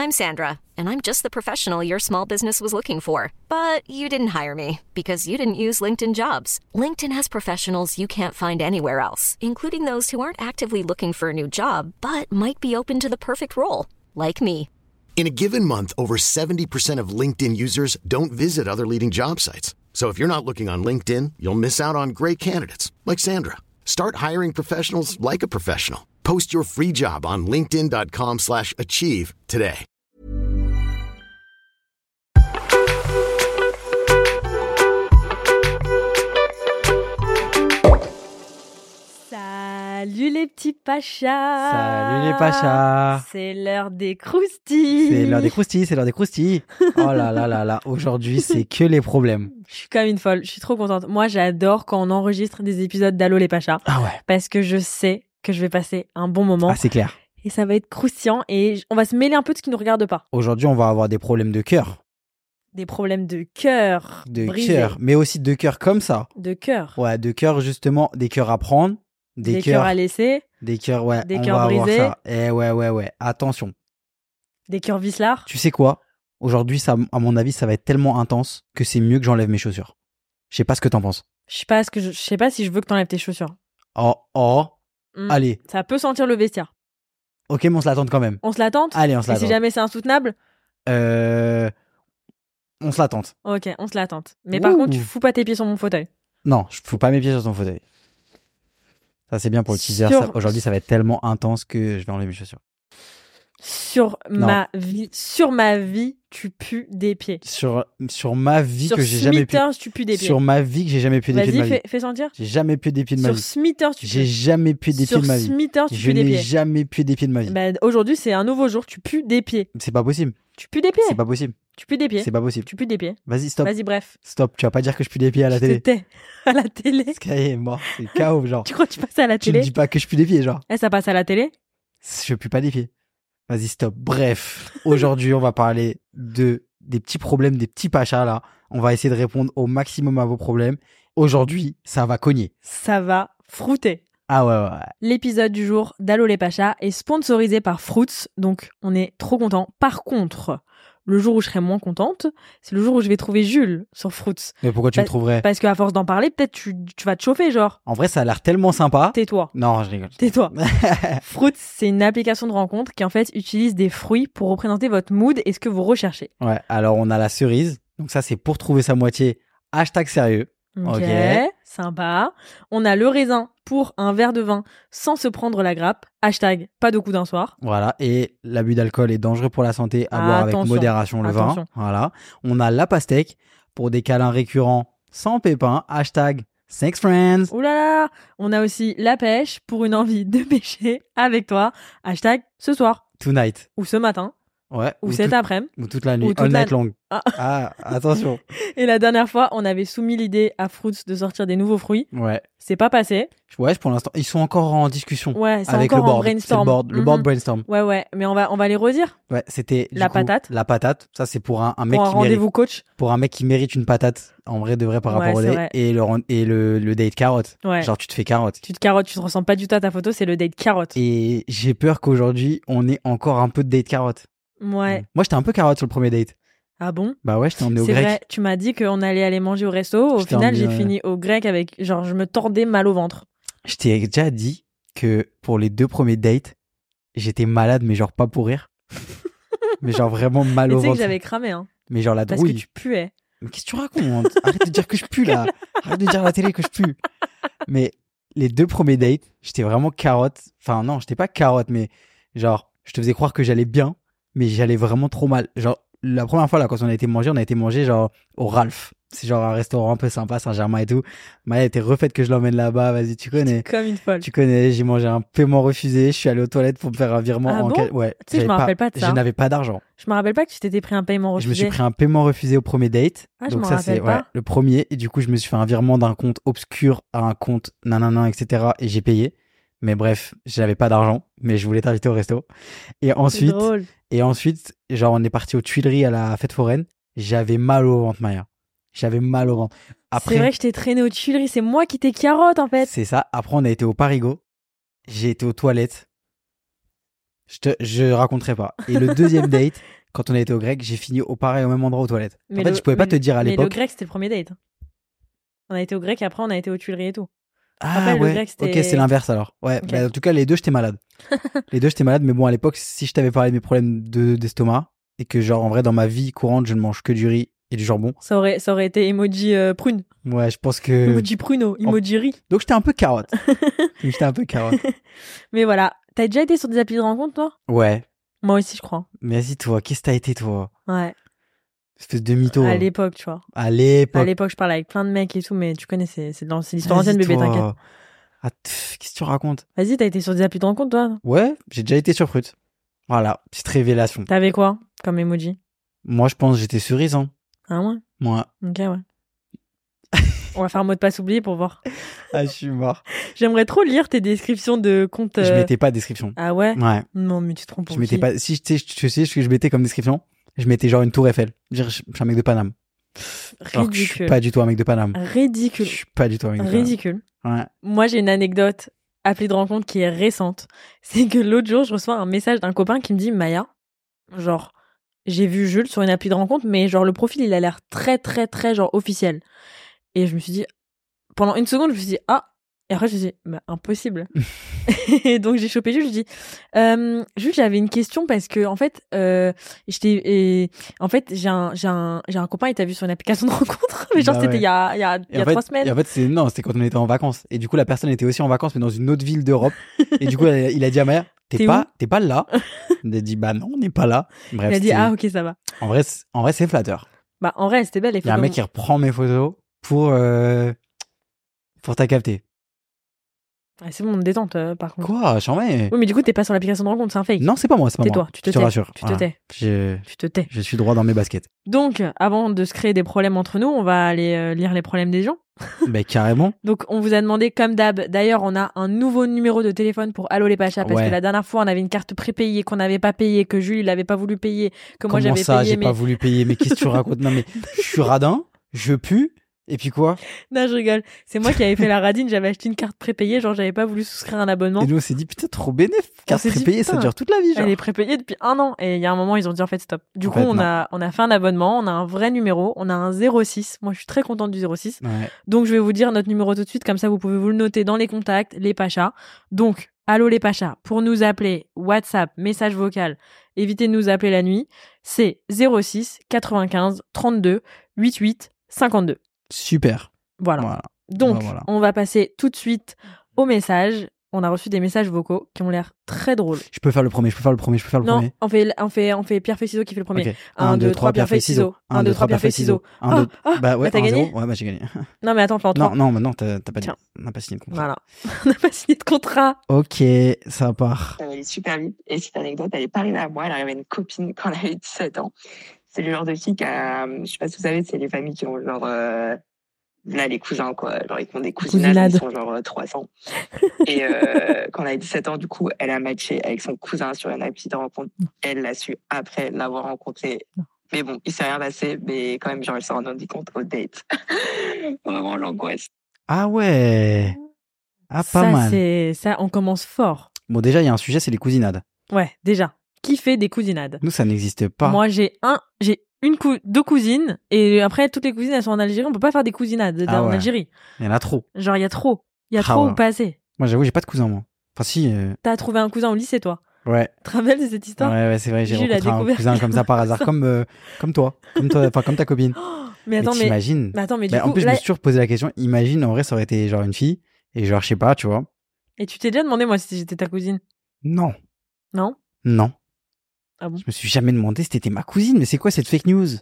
I'm Sandra, and I'm just the professional your small business was looking for. But you didn't hire me because you didn't use LinkedIn Jobs. LinkedIn has professionals you can't find anywhere else, including those who aren't actively looking for a new job, but might be open to the perfect role, like me. In a given month, over 70% of LinkedIn users don't visit other leading job sites. So if you're not looking on LinkedIn, you'll miss out on great candidates like Sandra. Start hiring professionals like a professional. Post your free job on linkedin.com/achieve today. Salut les petits pachas. Salut les pachas. C'est l'heure des croustilles. C'est l'heure des croustilles, c'est l'heure des croustilles. Oh là là là là, aujourd'hui c'est que les problèmes. Je suis comme une folle, je suis trop contente. Moi j'adore quand on enregistre des épisodes d'Allo les pachas. Ah ouais. Parce que je sais que je vais passer un bon moment. Ah c'est clair. Et ça va être croustillant et on va se mêler un peu de ce qui nous regarde pas. Aujourd'hui on va avoir des problèmes de cœur. Des problèmes de cœur. De brisé. cœur, mais aussi de cœur comme ça. De cœur. Ouais, de cœur justement, des cœurs à prendre. Des cœurs à laisser. Des cœurs, ouais. Des on cœurs va avoir brisés. ça. Eh ouais. Attention. Des cœurs vicelards. Tu sais quoi? Aujourd'hui, ça, à mon avis, ça va être tellement intense que c'est mieux que j'enlève mes chaussures. Je sais pas ce que t'en penses. Je sais pas si je veux que t'enlèves tes chaussures. Oh. Allez. Ça peut sentir le vestiaire. Ok, mais on se l'attend quand même. On se la tente? Allez, on se Et l'attend. si jamais c'est insoutenable? On se l'attend. Ok, on se la tente. Mais par contre, tu fous pas tes pieds sur mon fauteuil. Non, je fous pas mes pieds sur ton fauteuil. Ça, c'est bien pour le teaser. Aujourd'hui, ça va être tellement intense que je vais enlever mes chaussures. Sur ma vie, tu pues des pieds. Sur ma vie sur que j'ai jamais pu. Smithers, tu pues des pieds. Sur ma vie que j'ai jamais pu des pieds de ma vie. Vas-y, fais sentir. J'ai jamais pu des pieds de ma vie. Sur Smithers, tu pues. J'ai jamais pu des pieds de ma vie. Sur Smithers, tu Je pues des n'ai pieds. jamais pu des pieds de ma vie. Bah, aujourd'hui, c'est un nouveau jour, tu pues des pieds. C'est pas possible. Tu pues des pieds. C'est pas possible. Tu pues des pieds. C'est pas possible. Tu pues des pieds. Vas-y, stop. Vas-y, bref. Stop. Tu vas pas dire que je pue des pieds à la télé. C'était à la télé. Sky est mort. C'est KO, genre. Tu crois que tu passes à la Tu me télé? dis pas que je pue des pieds, genre. Ça passe à la télé? Je pue pas des pieds. Vas-y, stop. Bref. Aujourd'hui, on va parler des petits problèmes, des petits pachas, là. On va essayer de répondre au maximum à vos problèmes. Aujourd'hui, ça va cogner. Ça va frouter. Ah ouais. L'épisode du jour d'Allo les Pachas est sponsorisé par Fruits, donc on est trop content. Par contre, le jour où je serai moins contente, c'est le jour où je vais trouver Jules sur Fruits. Mais pourquoi tu le trouverais? Parce qu'à force d'en parler, peut-être tu vas te chauffer, genre. En vrai, ça a l'air tellement sympa. Tais-toi. Non, je rigole. Tais-toi. Fruits, c'est une application de rencontre qui en fait utilise des fruits pour représenter votre mood et ce que vous recherchez. Ouais, alors on a la cerise. Donc ça, c'est pour trouver sa moitié. #sérieux. Ok, Ok. sympa. On a le raisin pour un verre de vin sans se prendre la grappe. #pas de coup d'un soir. Voilà, et l'abus d'alcool est dangereux pour la santé, à boire avec Attention. modération le Attention. vin. Voilà. On a la pastèque pour des câlins récurrents sans pépins. #sex friends. Ouh là là. On a aussi la pêche pour une envie de pêcher avec toi. #ce soir. Tonight. Ou ce matin. Ouais. Ou cet après-midi. Ou toute la nuit. Ou toute All la- night long. Ah. Attention. Et la dernière fois, on avait soumis l'idée à Fruits de sortir des nouveaux fruits. Ouais. C'est pas passé. Ouais, pour l'instant, ils sont encore en discussion. Ouais, c'est avec encore le board. en brainstorm. C'est le board Mhm. brainstorm. Ouais. Mais on va les redire. Ouais, c'était du La coup, patate. La patate. Ça, c'est pour un mec Pour un qui mérite. rendez-vous coach. Pour un mec qui mérite une patate, en vrai de vrai par Ouais, rapport au c'est date. vrai. Et le date carotte. Ouais. Genre, tu te fais carotte. Tu te carottes, tu te ressembles pas du tout à ta photo, c'est le date carotte. Et j'ai peur qu'aujourd'hui, on ait encore un peu de date carotte. Ouais. Moi, j'étais un peu carotte sur le premier date. Ah bon? Bah ouais, j'étais emmené au C'est grec. vrai, tu m'as dit qu'on allait aller manger au resto. Au Je t'ai final, emmené, j'ai ouais. fini au grec avec, genre, je me tordais mal au ventre. Je t'ai déjà dit que pour les 2 premiers dates, j'étais malade, mais genre pas pour rire. Mais genre vraiment mal Mais au tu sais que ventre. j'avais cramé, hein. Mais genre la Parce que drouille. tu puais. Mais qu'est-ce que tu racontes? Arrête de dire que je pue là. Arrête de dire à la télé que je pue. Mais les 2 premiers dates, j'étais vraiment carotte. Enfin non, j'étais pas carotte, mais genre, je te faisais croire que j'allais bien, mais j'allais vraiment trop mal. Genre, la première fois là, quand on a été manger genre au Ralph. C'est genre un restaurant un peu sympa, Saint-Germain et tout. Maya était refaite que je l'emmène là-bas. Vas-y, tu connais. Comme une folle. Tu connais, j'ai mangé un paiement refusé, je suis allé aux toilettes pour me faire un virement Ah bon ouais. Tu sais, je me rappelle pas de ça. Je n'avais pas d'argent. Je me rappelle pas que tu t'étais pris un paiement refusé. Je me suis pris un paiement refusé au premier date. Ah, je donc m'en ça rappelle c'est pas. le premier et du coup, je me suis fait un virement d'un compte obscur à un compte nanana etc. et j'ai payé. Mais bref, j'avais pas d'argent, mais je voulais t'inviter au resto. Et C'est ensuite, drôle. genre on est parti aux Tuileries à la fête foraine. J'avais mal au ventre, Maya. J'avais mal au ventre. Après, C'est vrai que je t'ai traîné aux Tuileries, c'est moi qui t'ai carotte en fait. c'est ça. Après, on a été au Parigo. J'ai été aux toilettes. Je raconterai pas. Et le deuxième date, quand on a été au grec, j'ai fini au même endroit aux toilettes. En fait, je pouvais pas te dire à Mais le l'époque. grec, c'était le premier date. On a été au grec et après, on a été aux Tuileries et tout. Ah Rappelle, le ouais, grec, c'était- ok, c'est l'inverse alors. Ouais, Ok. bah, en tout cas, les deux, j'étais malade. Mais bon, à l'époque, si je t'avais parlé de mes problèmes d'estomac, et que genre, en vrai, dans ma vie courante, je ne mange que du riz et du jambon, Ça aurait été emoji prune. ouais, je pense que... Emoji pruno, emoji riz. Donc, j'étais un peu carotte. Mais voilà. T'as déjà été sur des applis de rencontre, toi? Ouais, Moi aussi, je crois. mais vas-y, toi, qu'est-ce que t'as été, toi? Ouais. Espèce de mytho. À l'époque, tu vois. À l'époque. À l'époque, je parlais avec plein de mecs et tout, mais tu connais, c'est l'histoire Vas-y, ancienne, bébé, toi. t'inquiète. Ah, qu'est-ce que tu racontes? Vas-y, t'as été sur des applis de rencontre, toi? Ouais, j'ai déjà été sur Fruit. Voilà, petite révélation. T'avais quoi comme emoji? Moi, je pense que j'étais cerise, hein. Ah ouais? Moi. Ok, ouais. On va faire un mot de passe oublié pour voir. Ah, je suis mort. J'aimerais trop lire tes descriptions de comptes. Je mettais pas de description. Ah ouais? Ouais. Non, mais tu te trompes pour Je mettais qui? pas. Si je sais ce que je mettais comme description, je mettais genre une tour Eiffel. Dire, je suis un mec de Paname. Alors que je suis Ridicule. pas du tout un mec de Paname. Ridicule. Je suis pas du tout un mec de Paname. Ridicule. Ouais. Moi, j'ai une anecdote appelée de rencontre qui est récente. C'est que l'autre jour, je reçois un message d'un copain qui me dit Maya, genre, j'ai vu Jules sur une appli de rencontre, mais genre, le profil, il a l'air très, très, très, genre, officiel. Et je me suis dit, pendant une seconde, je me suis dit, ah. Et après, je me suis dit, bah, impossible. Et donc, j'ai chopé Jules, je lui dis, Jules, j'avais une question parce que, en fait, j'ai un copain, il t'a vu sur une application de rencontre. Mais genre, Bah c'était ouais. il y a Et en 3 fait, semaines. Et en fait, c'était quand on était en vacances. Et du coup, la personne était aussi en vacances, mais dans une autre ville d'Europe. Et du coup, il a dit à Maya, t'es pas là. Il a dit, bah non, on n'est pas là. Bref. Il a dit, ah, ok, ça va. En vrai, c'est flatteur. Bah, en vrai, c'était belle, les Il y a un photos. mec qui reprend mes photos pour t'a capté. Ah, c'est bon, on me détente, par contre. Quoi? J'en mets. Oui, mais du coup, t'es pas sur l'application de rencontre, c'est un fake. Non, c'est pas moi, c'est pas moi. Tais-toi, tu te Je te tais. rassure. Tu te tais. Tu te tais. Je suis droit dans mes baskets. Donc, avant de se créer des problèmes entre nous, on va aller lire les problèmes des gens. Ben, carrément. Donc, on vous a demandé, comme d'hab, d'ailleurs, on a un nouveau numéro de téléphone pour Allo les Pachas, parce Ouais. que la dernière fois, on avait une carte prépayée qu'on n'avait pas payée, que Jules, il avait pas voulu payer, que moi, Comment j'avais ça, payé. j'ai pas voulu payer? Mais qu'est-ce que tu racontes? Non, mais je suis radin, je pue, et puis quoi? Non, je rigole. C'est moi qui avais fait la radine, j'avais acheté une carte prépayée, genre, j'avais pas voulu souscrire un abonnement. Et nous, on s'est dit, putain, trop bénéf. Carte s'est dit, prépayée, ça putain, dure toute la vie, genre. Elle est prépayée depuis 1 an. Et il y a un moment, ils ont dit en fait stop. Du En coup, fait, on a fait un abonnement, on a un vrai numéro, on a un 06. Moi, je suis très contente du 06. Ouais. Donc, je vais vous dire notre numéro tout de suite, comme ça, vous pouvez vous le noter dans les contacts, les Pachas. Donc, Allo les Pachas, pour nous appeler, WhatsApp, message vocal, évitez de nous appeler la nuit, c'est 06 95 32 88 52. Super. Voilà. Voilà. Donc, Voilà. on va passer tout de suite aux messages. On a reçu des messages vocaux qui ont l'air très drôles. Je peux faire le premier. Non, on fait pierre feuille ciseaux qui fait le premier. Ok. 1, 2, 3, pierre feuille ciseaux. 1, 2, 3, pierre feuille ciseaux. Un, deux. Ah, Bah ouais, t'as gagné 1-0. Ouais, bah j'ai gagné. Non, mais attends, fais en 3. Non, non, t'as pas dit. Tiens. On n'a pas signé de contrat. Voilà. On n'a pas signé de contrat. Ok, ça part. Ça va aller super vite. Et cette anecdote, elle est pas arrivée à moi, elle est arrivée à une copine quand elle avait 17 ans. C'est le genre de fille qui a, je sais pas si vous savez, c'est les familles qui ont genre, là, les cousins, quoi. Genre, ils font des cousinades, ils sont genre 300. Et quand elle avait 17 ans, du coup, elle a matché avec son cousin sur une appli de rencontre. Elle l'a su après l'avoir rencontré. Mais bon, il s'est rien passé, mais quand même, genre, elle s'en rendit compte au date. Vraiment, l'angoisse. Ah ouais. Ah, pas Ça, mal. ça, on commence fort. Bon, déjà, il y a un sujet, c'est les cousinades. Ouais, déjà. Qui fait des cousinades? Nous, ça n'existe pas. Moi, j'ai deux cousines, et après, toutes les cousines, elles sont en Algérie. On peut pas faire des cousinades en ouais. Algérie. Il y en a trop. Genre, il y a trop. Il y a Ah trop ouais. ou pas assez. Moi, j'avoue, j'ai pas de cousin, moi. Enfin, si. T'as trouvé un cousin au lycée, toi? Ouais. Tu te rappelles de cette histoire? Ouais, c'est vrai, j'ai Jules a rencontré un découvert cousin comme ça par hasard, comme toi, enfin comme ta copine. Mais attends, mais t'imagines. attends, mais du Bah, coup, en plus, je là, me suis toujours posé la question. Imagine, en vrai, ça aurait été genre une fille, et genre, je sais pas, tu vois. et tu t'es déjà demandé, moi, si j'étais ta cousine? Non. Non? Non. Ah bon? Je me suis jamais demandé si t'étais ma cousine, mais c'est quoi cette fake news?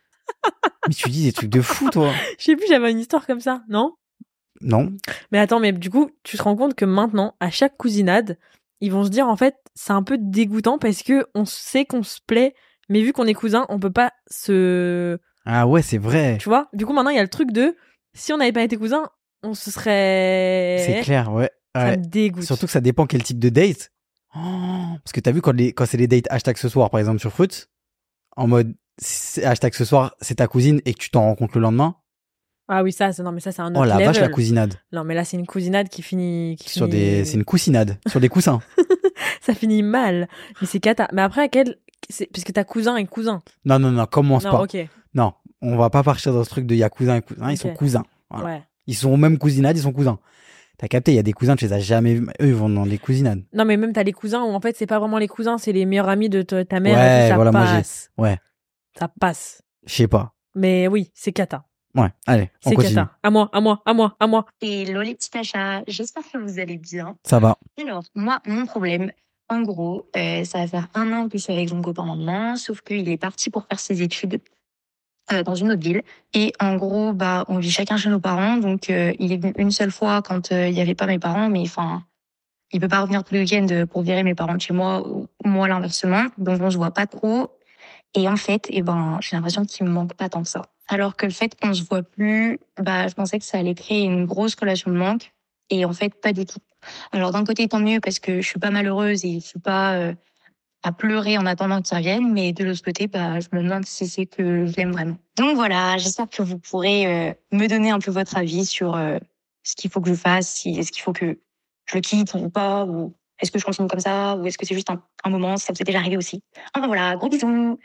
Mais tu dis des trucs de fou, toi. Je sais plus, j'avais une histoire comme ça, non? Non. Mais attends, mais du coup, tu te rends compte que maintenant, à chaque cousinade, ils vont se dire, en fait, c'est un peu dégoûtant parce que on sait qu'on se plaît, mais vu qu'on est cousins, on peut pas se... Ah ouais, c'est vrai. Tu vois? Du coup, maintenant, il y a le truc de, si on n'avait pas été cousins, on se serait... C'est clair, ouais. Ça Ouais. me dégoûte. Surtout que ça dépend quel type de date. Oh, parce que t'as vu quand c'est les dates hashtag ce soir, par exemple, sur Fruits, en mode hashtag ce soir, c'est ta cousine et que tu t'en rends compte le lendemain. Ah oui, ça, non, mais ça, c'est un autre Oh la vache, level. la cousinade. Non, mais là, c'est une cousinade qui finit... C'est une coussinade, sur des coussins. Ça finit mal. Mais c'est cata. Mais après, parce que t'as cousin et cousin. Non, commence Non, pas. ok. Non, on va pas partir dans ce truc de il y a cousin et cousin. Ils Ok. sont cousins. Voilà. Ouais. Ils sont au même cousinade, ils sont cousins. T'as capté, il y a des cousins, tu les as jamais vus. Eux, ils vont dans des cousinades. Non, mais même t'as les cousins où en fait, c'est pas vraiment les cousins, c'est les meilleurs amis de ta mère. Ouais, et tout, ça voilà, moi, passe. Ouais, Ça passe. je sais pas. Mais oui, c'est cata. Ouais, allez, on C'est continue. cata. À moi. Hello les petits Nachas, j'espère que vous allez bien. Ça va. Alors, moi, mon problème, en gros, ça va faire 1 an que je suis avec mon copain maintenant, sauf qu'il est parti pour faire ses études dans une autre ville. Et en gros, bah, on vit chacun chez nos parents, donc il est venu une seule fois quand il n'y avait pas mes parents, mais enfin, il peut pas revenir tous les week-ends pour virer mes parents de chez moi, ou moi l'inversement, donc on se voit pas trop. Et en fait, j'ai l'impression qu'il me manque pas tant que ça. Alors que le fait qu'on se voit plus, je pensais que ça allait créer une grosse relation de manque. Et en fait, pas du tout. Alors d'un côté, tant mieux parce que je suis pas malheureuse et je suis pas à pleurer en attendant qu'il revienne. Mais de l'autre côté, je me demande si c'est que je l'aime vraiment. Donc voilà, j'espère que vous pourrez me donner un peu votre avis sur ce qu'il faut que je fasse. Est-ce qu'il faut que je le quitte ou pas, ou est-ce que je continue comme ça, ou est-ce que c'est juste un moment, ça vous est déjà arrivé aussi. Enfin voilà, gros bisous.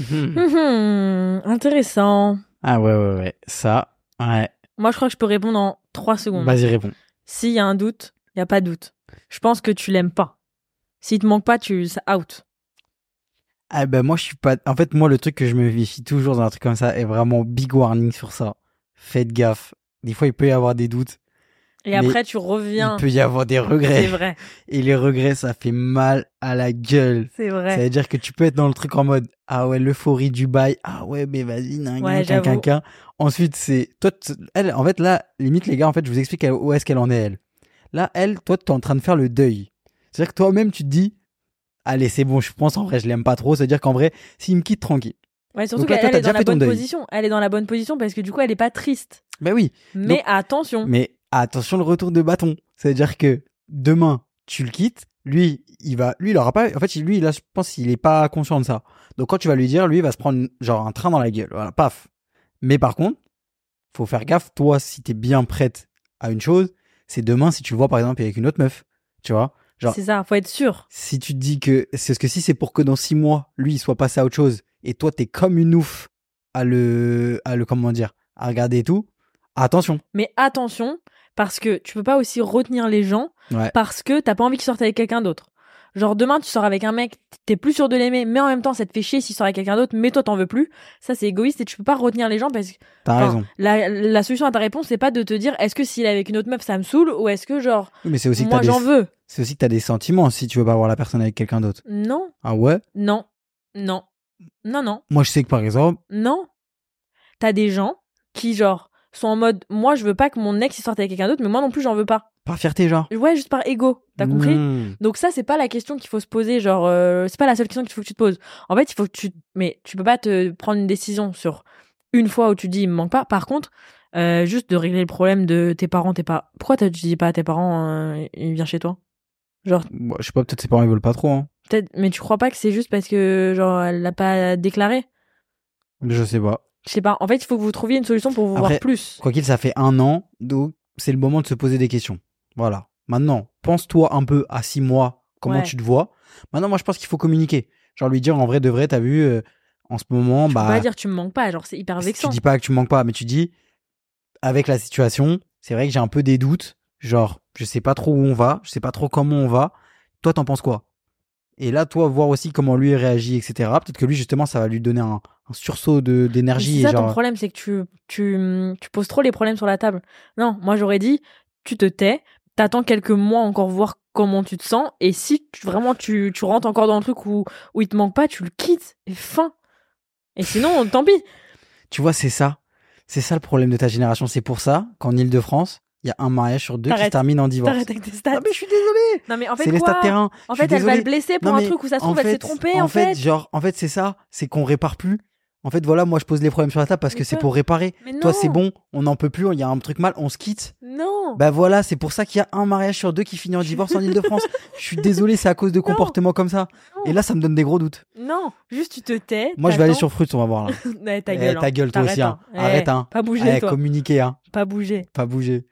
Intéressant. Ah ouais. Ça, ouais. Moi, je crois que je peux répondre en 3 secondes. Vas-y, réponds. S'il y a un doute, il n'y a pas de doute. Je pense que tu l'aimes pas. S'il te manque pas, ça out. Ah moi, je suis pas... En fait, moi, le truc que je me méfie toujours dans un truc comme ça est vraiment big warning sur ça. Faites gaffe. Des fois, il peut y avoir des doutes. Et après, tu reviens. Il peut y avoir des regrets. C'est vrai. Et les regrets, ça fait mal à la gueule. C'est vrai. Ça veut dire que tu peux être dans le truc en mode ah ouais, l'euphorie du bail. Ah ouais, mais vas-y, quinquin. Ensuite, c'est toi, elle, en fait, là, limite, les gars, en fait, je vous explique où est-ce qu'elle en est, elle. Là, elle, toi, t'es en train de faire le deuil. C'est-à-dire que toi-même, tu te dis allez, c'est bon, je pense en vrai, je l'aime pas trop. C'est-à-dire qu'en vrai, s'il me quitte, tranquille. Ouais, surtout Donc là, qu'elle toi, est dans t'as la déjà fait ton bonne deuil. position. Elle est dans la bonne position parce que du coup, elle est pas triste. Ben oui. Mais Donc, attention. Mais attention le retour de bâton. C'est-à-dire que demain, tu le quittes, lui, il aura pas, en fait, lui, là, je pense qu'il est pas conscient de ça. Donc quand tu vas lui dire, lui, il va se prendre genre un train dans la gueule. Voilà, paf. Mais par contre, faut faire gaffe, toi, si t'es bien prête à une chose, c'est demain si tu le vois par exemple avec une autre meuf, tu vois. Genre, c'est ça, faut être sûr. Si tu te dis que c'est ce que si c'est pour que dans 6 mois, lui, il soit passé à autre chose, et toi, t'es comme une ouf à le, comment dire, à regarder et tout, attention. Mais attention, parce que tu peux pas aussi retenir les gens parce que t'as pas envie qu'ils sortent avec quelqu'un d'autre. Genre demain tu sors avec un mec, t'es plus sûr de l'aimer, mais en même temps ça te fait chier s'il sort avec quelqu'un d'autre, mais toi t'en veux plus. Ça c'est égoïste et tu peux pas retenir les gens parce que t'as raison. La solution à ta réponse c'est pas de te dire est-ce que s'il est avec une autre meuf ça me saule ou est-ce que genre oui, mais c'est aussi moi j'en veux. C'est aussi que t'as des sentiments si tu veux pas voir la personne avec quelqu'un d'autre. Non. Ah ouais? Non. Moi je sais que par exemple. Non. T'as des gens qui genre sont en mode moi je veux pas que mon ex il sorte avec quelqu'un d'autre mais moi non plus j'en veux pas. Par fierté genre. Ouais, juste par ego, t'as compris? Donc ça c'est pas la question qu'il faut se poser, genre c'est pas la seule question qu'il faut que tu te poses. En fait il faut que mais tu peux pas te prendre une décision sur une fois où tu dis il me manque pas. Par contre juste de régler le problème de tes parents, pourquoi tu dis pas à tes parents il vient chez toi? Genre bah, je sais pas, peut-être ses parents ils veulent pas trop hein. Peut-être, mais tu crois pas que c'est juste parce que genre elle l'a pas déclaré? Je sais pas. Je sais pas, en fait il faut que vous trouviez une solution pour vous voir plus. Quoi qu'il, ça fait 1 an, donc c'est le moment de se poser des questions. Voilà. Maintenant, pense-toi un peu à 6 mois, comment tu te vois. Maintenant, moi je pense qu'il faut communiquer. Genre lui dire en vrai de vrai, t'as vu, en ce moment, tu peux pas dire tu me manques pas, genre c'est hyper vexant. Tu dis pas que tu me manques pas, mais tu dis, avec la situation, c'est vrai que j'ai un peu des doutes. Genre, je sais pas trop où on va, je sais pas trop comment on va. Toi, t'en penses quoi? Et là, toi, voir aussi comment lui réagit, etc. Peut-être que lui, justement, ça va lui donner un sursaut d'énergie. C'est ça genre... ton problème, c'est que tu poses trop les problèmes sur la table. Non, moi j'aurais dit, tu te tais, t'attends quelques mois encore voir comment tu te sens, et si vraiment tu rentres encore dans le truc où il te manque pas, tu le quittes, et fin. Et sinon, tant pis. Tu vois, c'est ça. C'est ça le problème de ta génération. C'est pour ça qu'en Ile-de-France, il y a un mariage sur 2 qui se termine en divorce. T'arrêtes avec tes stats. Ah mais je suis désolé. Non mais en fait c'est les stats terrain. En fait, elle va le blesser pour un truc où ça se trouve elle s'est trompée en fait. Genre en fait c'est ça, c'est qu'on répare plus. En fait voilà, moi je pose les problèmes sur la table parce que c'est pour réparer. Toi c'est bon, on n'en peut plus, il y a un truc mal, on se quitte. Non. Bah voilà, c'est pour ça qu'il y a un mariage sur 2 qui finit en divorce en Ile-de-France. Je suis désolé, c'est à cause de comportements comme ça. Non. Et là ça me donne des gros doutes. Non, juste tu te tais. Moi je vais aller sur Fruits, on va voir là. Ouais, ta gueule. Ta gueule toi aussi hein. Arrête hein. Pas bouger toi. Communiquer hein. Pas bouger.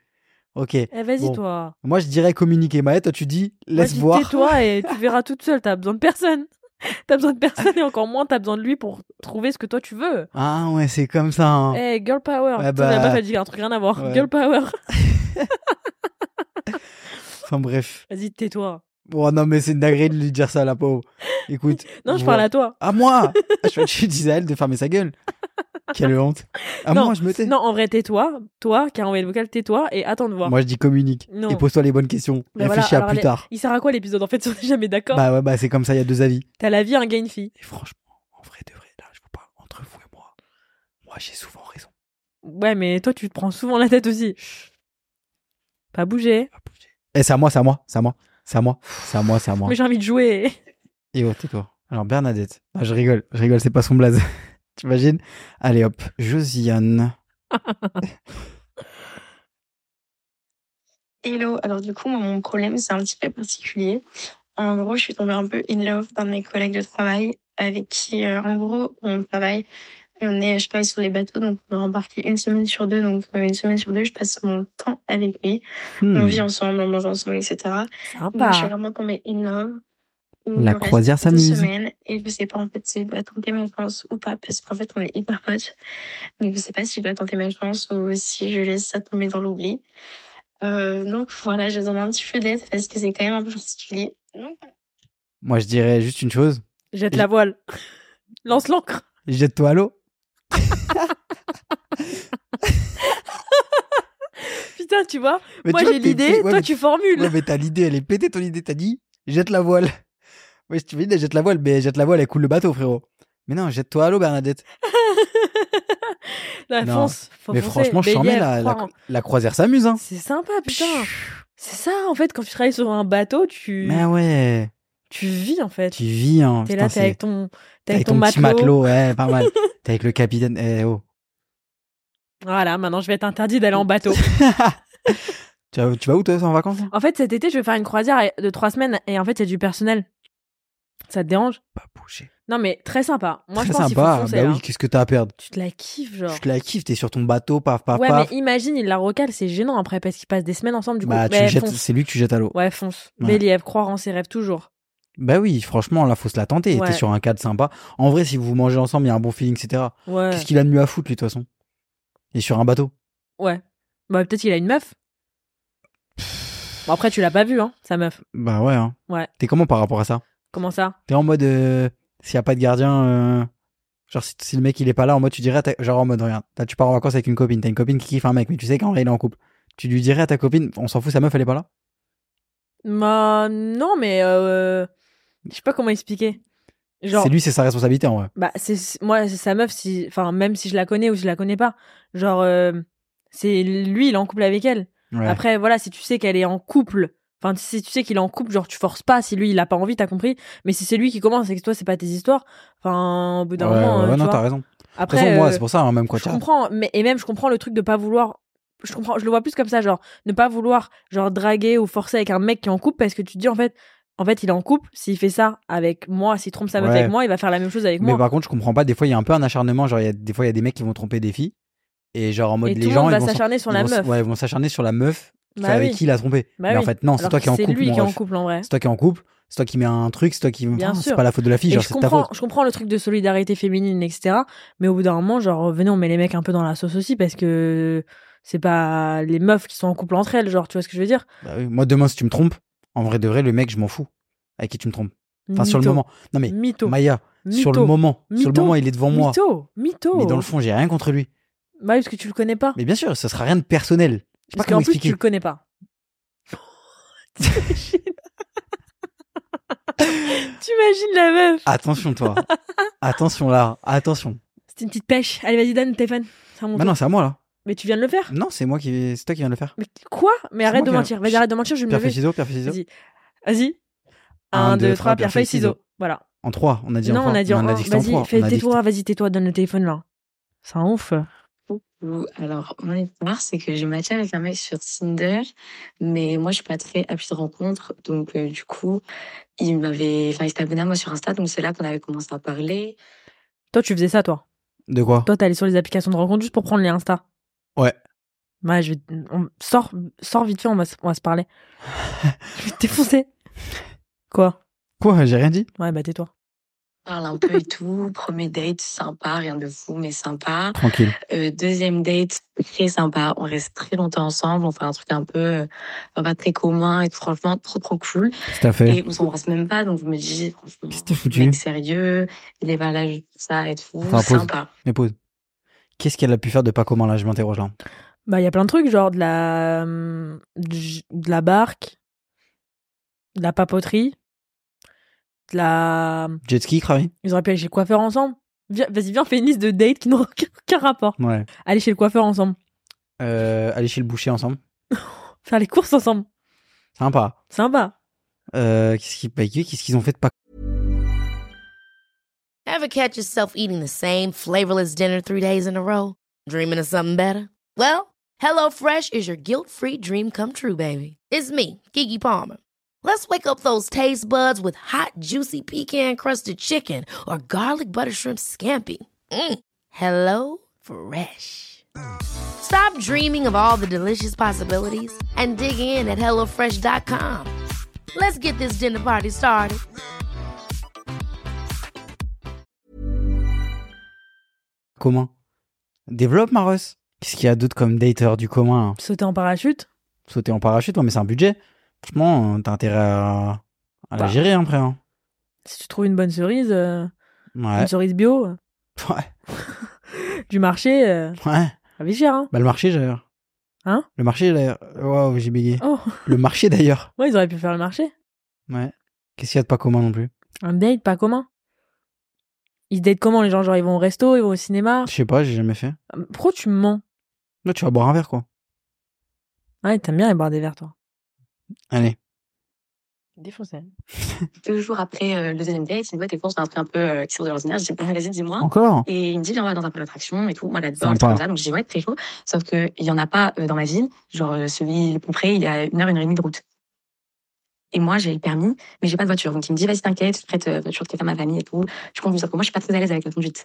Ok. Vas-y, Bon. toi. Moi, je dirais communiquer. Maë, toi, tu dis laisse Vas-y, voir. tais-toi et tu verras toute seule. T'as besoin de personne. T'as besoin de personne et encore moins t'as besoin de lui pour trouver ce que toi tu veux. Ah ouais, c'est comme ça. Hein. Girl power. Ouais, La meuf elle dit un truc rien à voir. Ouais. Girl power. Enfin bref. Vas-y, tais-toi. Bon, non, mais c'est une dinguerie de lui dire ça, la pauvre. Écoute. Non, je parle à toi. À moi. Je crois que tu disais à elle de fermer sa gueule. Quelle honte. Non, moi, je me tais. Non, en vrai, tais-toi. Toi qui as envoyé le vocal, tais-toi et attends de voir. Moi, je dis communique. Non. Et pose-toi les bonnes questions. Bah Réfléchis voilà, à plus tard. Il sert à quoi l'épisode en fait si on n'est jamais d'accord? Bah ouais, bah c'est comme ça, il y a deux avis. T'as la vie, un gars, une fille. Et franchement, en vrai de vrai, là, je vous parle entre vous et moi. Moi, j'ai souvent raison. Ouais, mais toi, tu te prends souvent la tête aussi. Pas bouger. Eh, c'est à moi, c'est à moi, c'est à moi. C'est à moi, c'est à moi, c'est à moi. Mais j'ai envie de jouer. Et oh, tais-toi. Alors, Bernadette. Ah, je rigole, c'est pas son blaze. T'imagines? Allez hop, Josiane. Hello, alors du coup, moi, mon problème, c'est un petit peu particulier. En gros, je suis tombée un peu in love d'un de mes collègues de travail avec qui, en gros, on travaille. Je travaille sur les bateaux, donc on est embarqué une semaine sur deux. Donc, une semaine sur deux, je passe mon temps avec lui. On vit ensemble, on mange ensemble, etc. Sympa. Donc, je suis vraiment tombée in love. La croisière s'amuse. Et je sais pas en fait si je dois tenter ma chance ou pas, parce qu'en fait on est hyper potes. Donc je sais pas si je dois tenter ma chance ou si je laisse ça tomber dans l'oubli. Donc voilà, je donne un petit peu d'aide parce que c'est quand même un peu particulier. Donc, Moi, je dirais juste une chose. Jette la voile. Lance l'ancre. Jette-toi à l'eau. Putain, tu vois, Mais moi tu vois, j'ai l'idée, toi tu formules. Ouais, mais t'as l'idée, elle est pétée ton idée. T'as dit, jette la voile. Ouais, si tu veux dire, jette la voile, mais jette la voile, elle coule le bateau, frérot. Mais non, jette-toi à l'eau, Bernadette. La Non. fonce. Faut Mais foncer. franchement, je t'en mets, la croisière s'amuse, hein. C'est sympa, putain. C'est ça, en fait, quand tu travailles sur un bateau, Mais ouais. tu vis, en fait. Tu vis, hein. T'es Putain, là, t'es avec ton petit matelot. matelot, ouais, pas mal. T'es avec le capitaine, eh oh. Voilà, maintenant je vais être interdit d'aller en bateau. Tu vas où, toi, en vacances? En fait, cet été, je vais faire une croisière de 3 semaines et en fait, il y a du personnel. Ça te dérange? Pas bouger. Non, mais très sympa. Moi, Très je pense qu'il faut sympa. foncer, Bah hein. oui, qu'est-ce que t'as à perdre? Tu te la kiffes, genre. Tu te la kiffes, t'es sur ton bateau, paf, paf, Ouais, paf. mais imagine, il la recale, c'est gênant après parce qu'ils passent des semaines ensemble, du coup. Bah, Mais jettes, fonce. c'est lui que tu jettes à l'eau. Ouais, fonce. Ouais. Béliève, croire en ses rêves toujours. Bah oui, franchement, là, faut se la tenter. Ouais. T'es sur un cadre sympa. En vrai, si vous mangez ensemble, il y a un bon feeling, etc. Ouais. Qu'est-ce qu'il a de mieux à foutre, lui, de toute façon? Il est sur un bateau. Ouais. Bah, peut-être qu'il a une meuf. Bon, après, tu l'as pas vu, hein, sa meuf. Bah ouais, hein. Ouais. T'es comment par rapport à ça? Comment ça? T'es en mode, s'il y a pas de gardien, genre, si le mec, il est pas là, en mode, tu dirais, genre, en mode, regarde, là, tu pars en vacances avec une copine, t'as une copine qui kiffe un mec, mais tu sais qu'en vrai, il est en couple. Tu lui dirais à ta copine, on s'en fout, sa meuf, elle est pas là? Bah, non, mais je sais pas comment expliquer. Genre, C'est lui, c'est sa responsabilité, en vrai. bah, moi, c'est sa meuf, enfin, même si je la connais ou si je la connais pas. Genre, c'est lui, il est en couple avec elle. Ouais. Après, voilà, si tu sais qu'elle est en couple, enfin, si tu sais qu'il est en couple, genre, tu forces pas. Si lui, il a pas envie, t'as compris. Mais si c'est lui qui commence et que toi, c'est pas tes histoires, enfin, au bout d'un moment. Ouais, tu non, vois. t'as raison. De Après, toute façon, moi, c'est pour ça, hein, même quoi, je comprends, et même, je comprends le truc de pas vouloir. Je le vois plus comme ça, genre, ne pas vouloir, genre, draguer ou forcer avec un mec qui est en couple parce que tu te dis, en fait, il est en couple. S'il fait ça avec moi, s'il trompe sa meuf Ouais. avec moi, il va faire la même chose avec Mais moi. par contre, je comprends pas, des fois, il y a un peu un acharnement, genre, des fois, il y a des mecs qui vont tromper des filles, et genre, en mode, Et les tout le gens, monde ils va vont s'acharner sur ils la vont meuf. Ouais, ils vont s'acharner sur la meuf Bah avec oui. qui il a trompé. Bah mais en oui. fait, non, c'est Alors toi qui es en que couple. C'est lui mon qui est en ref. couple en vrai. C'est toi qui es en couple, c'est toi qui mets un truc, c'est toi qui. Bien C'est sûr. pas la faute de la fille, Et genre, je c'est ta faute. comprends le truc de solidarité féminine, etc. Mais au bout d'un moment, genre, venez, on met les mecs un peu dans la sauce aussi parce que c'est pas les meufs qui sont en couple entre elles, genre, tu vois ce que je veux dire? Bah oui. Moi, demain, si tu me trompes, en vrai de vrai, le mec, je m'en fous. Avec qui tu me trompes. Enfin, sur le Mytho. moment. Non, mais, Mytho. Maya, sur le Mytho. moment. Sur le Mytho. moment, il est devant moi. Mytho. Mais dans le fond, j'ai rien contre lui. Bah oui, parce que tu le connais pas. Mais bien sûr, ça sera rien de personnel. Je sais pas Parce comment qu'en plus, tu expliquer. le connais pas. T'imagines la meuf? Attention, toi. Attention, là. Attention. C'était une petite pêche. Allez, vas-y, donne le téléphone. C'est à mon Bah tour. non, c'est à moi, là. Mais tu viens de le faire? Non, c'est toi qui viens de le faire. Mais quoi? Mais C'est arrête moi de qui mentir. viens- Vas-y, arrête de mentir, je vais me Pierre, lever. feuille, ciseaux, pierre, feuille, ciseaux. Vas-y. 1, 2, 3, pierre, feuille, ciseaux. Voilà. En 3, on a dit en Non, 3. on a dit en a un. dit que c'était en Vas-y, 3. fais On a dit que tais-toi, vas-y, tais-toi, donne le téléphone là. C'est un ouf. Alors, mon histoire, c'est que j'ai matché avec un mec sur Tinder, mais moi, je suis pas très appli de rencontre. Donc, du coup, il s'était abonné à moi sur Insta, donc c'est là qu'on avait commencé à parler. Toi, tu faisais ça, toi. De quoi? Toi, t'allais sur les applications de rencontre juste pour prendre les Insta. Ouais. Ouais, sors vite fait, on va se parler. Je vais te défoncer. Quoi? Quoi? J'ai rien dit? Ouais, bah tais-toi. On parle un peu et tout. Premier date, sympa, rien de fou, mais sympa. Tranquille. Deuxième date, très sympa. On reste très longtemps ensemble. On fait un truc un peu pas très commun et tout, franchement, trop cool. Tout à fait. Et on s'embrasse même pas, donc je me dis, franchement, Qu'est-ce que t'as foutu? mec sérieux, il est pas là, tout ça et tout. Enfin, pause. Sympa. Mais pause. Qu'est-ce qu'elle a pu faire de pas commun là? Je m'interroge là. Bah, il y a plein de trucs, genre de la barque, de la papoterie, de la... Jet ski, Kravi? Ils auraient pu aller chez le coiffeur ensemble. Vas-y, viens, on fait une liste de dates qui n'ont aucun rapport. Ouais. Aller chez le coiffeur ensemble. Aller chez le boucher ensemble. Faire les courses ensemble. Sympa. Sympa. Qu'est-ce qu'ils ont fait de pas... Ever catch yourself eating the same flavorless dinner 3 days in a row? Dreaming of something better? Well, HelloFresh is your guilt-free dream come true, baby. It's me, Keke Palmer. Let's wake up those taste buds with hot, juicy pecan-crusted chicken or garlic butter shrimp scampi. Hello Fresh. Stop dreaming of all the delicious possibilities and dig in at HelloFresh.com. Let's get this dinner party started. Commun. Développe, Maros. Qu'est-ce qu'il y a d'autre comme dater du commun? Sauter en parachute. Sauter en parachute, ouais, mais c'est un budget. Franchement, t'as intérêt à la gérer, après. Hein. Si tu trouves une bonne cerise, Ouais. une cerise bio, Ouais. du marché, Ouais. ça va cher, hein. Bah, le marché, d'ailleurs. Hein? Le marché, d'ailleurs. Waouh, j'ai bégayé. Oh. Le marché, d'ailleurs. Ouais, ils auraient pu faire le marché. Ouais. Qu'est-ce qu'il y a de pas commun non plus? Un date, pas commun. Ils se datent comment, les gens? Genre, ils vont au resto, ils vont au cinéma. Je sais pas, j'ai jamais fait. Pourquoi tu me mens? Là, tu vas boire un verre, quoi. Ouais, t'aimes bien aller boire des verres, toi. Allez. Défoncé. 2 jours après le deuxième date, il me dit, t'es con, c'est un truc un peu qui sort de l'ordinaire. Je dis, vas-y, dis-moi. Encore? Et il me dit, viens, on va dans un parc d'attraction et tout. Moi, là-dedans, Sympa. un truc comme ça. Donc, je dis, ouais, très chaud. Sauf qu'il y en a pas dans ma ville. Genre, celui le plus près, il y a 1 heure et demie de route. Et moi, j'ai le permis, mais j'ai pas de voiture. Donc, il me dit, vas-y, t'inquiète, je prête voiture de quelqu'un de ma famille et tout. Je conduis. Sauf que moi, je suis pas très à l'aise avec la conduite.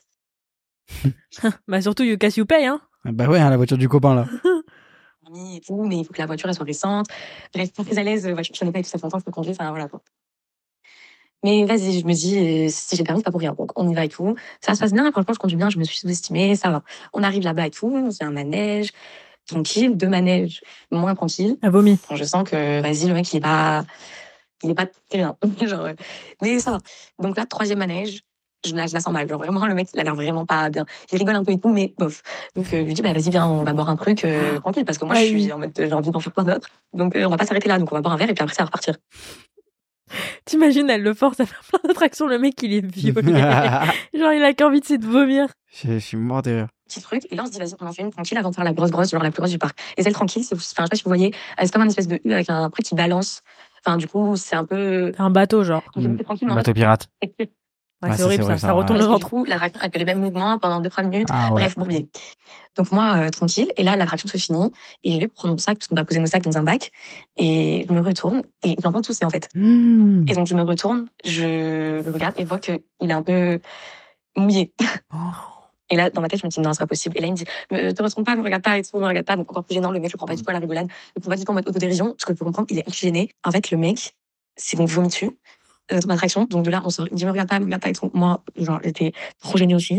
Bah, surtout, you casse, you pay, hein. Bah ouais, hein, la voiture du copain, là. Et tout, mais il faut que la voiture elle soit récente. Bref, pas très à l'aise, voiture, je connais pas et tout, ça fait longtemps que je peux conduire, enfin voilà quoi. Mais vas-y, je me dis, si j'ai le permis, c'est pas pour rien. Donc on y va et tout. Ça se passe bien, franchement, je conduis bien, je me suis sous-estimée, ça va. On arrive là-bas et tout, c'est un manège, tranquille, 2 manèges, moins tranquille. Elle vomit. Je sens que, vas-y, le mec, il est pas très bien. Genre, mais ça va. Donc là, 3e manège, je la sens mal. Genre vraiment, le mec, il a l'air vraiment pas bien. Il rigole un peu et tout, mais bof. Donc je lui dis, bah vas-y, viens, on va boire un truc tranquille, parce que moi, je suis en mode, j'ai envie d'en faire plein d'autres. Donc on va pas s'arrêter là. Donc on va boire un verre et puis après, ça va repartir. T'imagines, elle le force à faire plein d'attractions, le mec, il est violé. Genre, il a qu'envie de vomir. Je suis mort de rire. Petit truc. Et là, on se dit, vas-y, on en fait une tranquille avant de faire la grosse, genre la plus grosse du parc. Et celle tranquille, enfin, je sais pas si vous voyez, c'est comme un espèce de U avec un truc qui balance. Enfin, du coup, c'est un peu. C'est un bateau, genre. Tranquille, Bateau pirate. Ouais, Ouais, c'est ça, horrible, c'est vrai, ça ça. retourne le Parce que ventre. du coup, l'attraction a fait les mêmes mouvements pendant 2-3 minutes. Ah ouais. Bref, bourbier. Donc moi, tranquille. Et là, l'attraction se finit. Et je vais prendre mon sac, parce qu'on doit poser nos sacs dans un bac. Et je me retourne. Et j'entends tousser, en fait. Et donc, je me retourne, je le regarde et vois qu'il est un peu mouillé. Et là, dans ma tête, je me dis, non, c'est pas possible. Et là, il me dit, te retourne pas, me regarde pas et tout, me regarde pas. Donc, encore plus gênant, le mec, je le prends pas du tout à la rigolade. Je le prends pas du tout en mode autodérision. Ce que je peux comprendre, il est archi gêné. En fait, le mec, c'est donc vomi dessus. Dans l'attraction. Donc de là, on sort. Il me dit, me regarde pas et tout. Moi, genre, j'étais trop gênée aussi.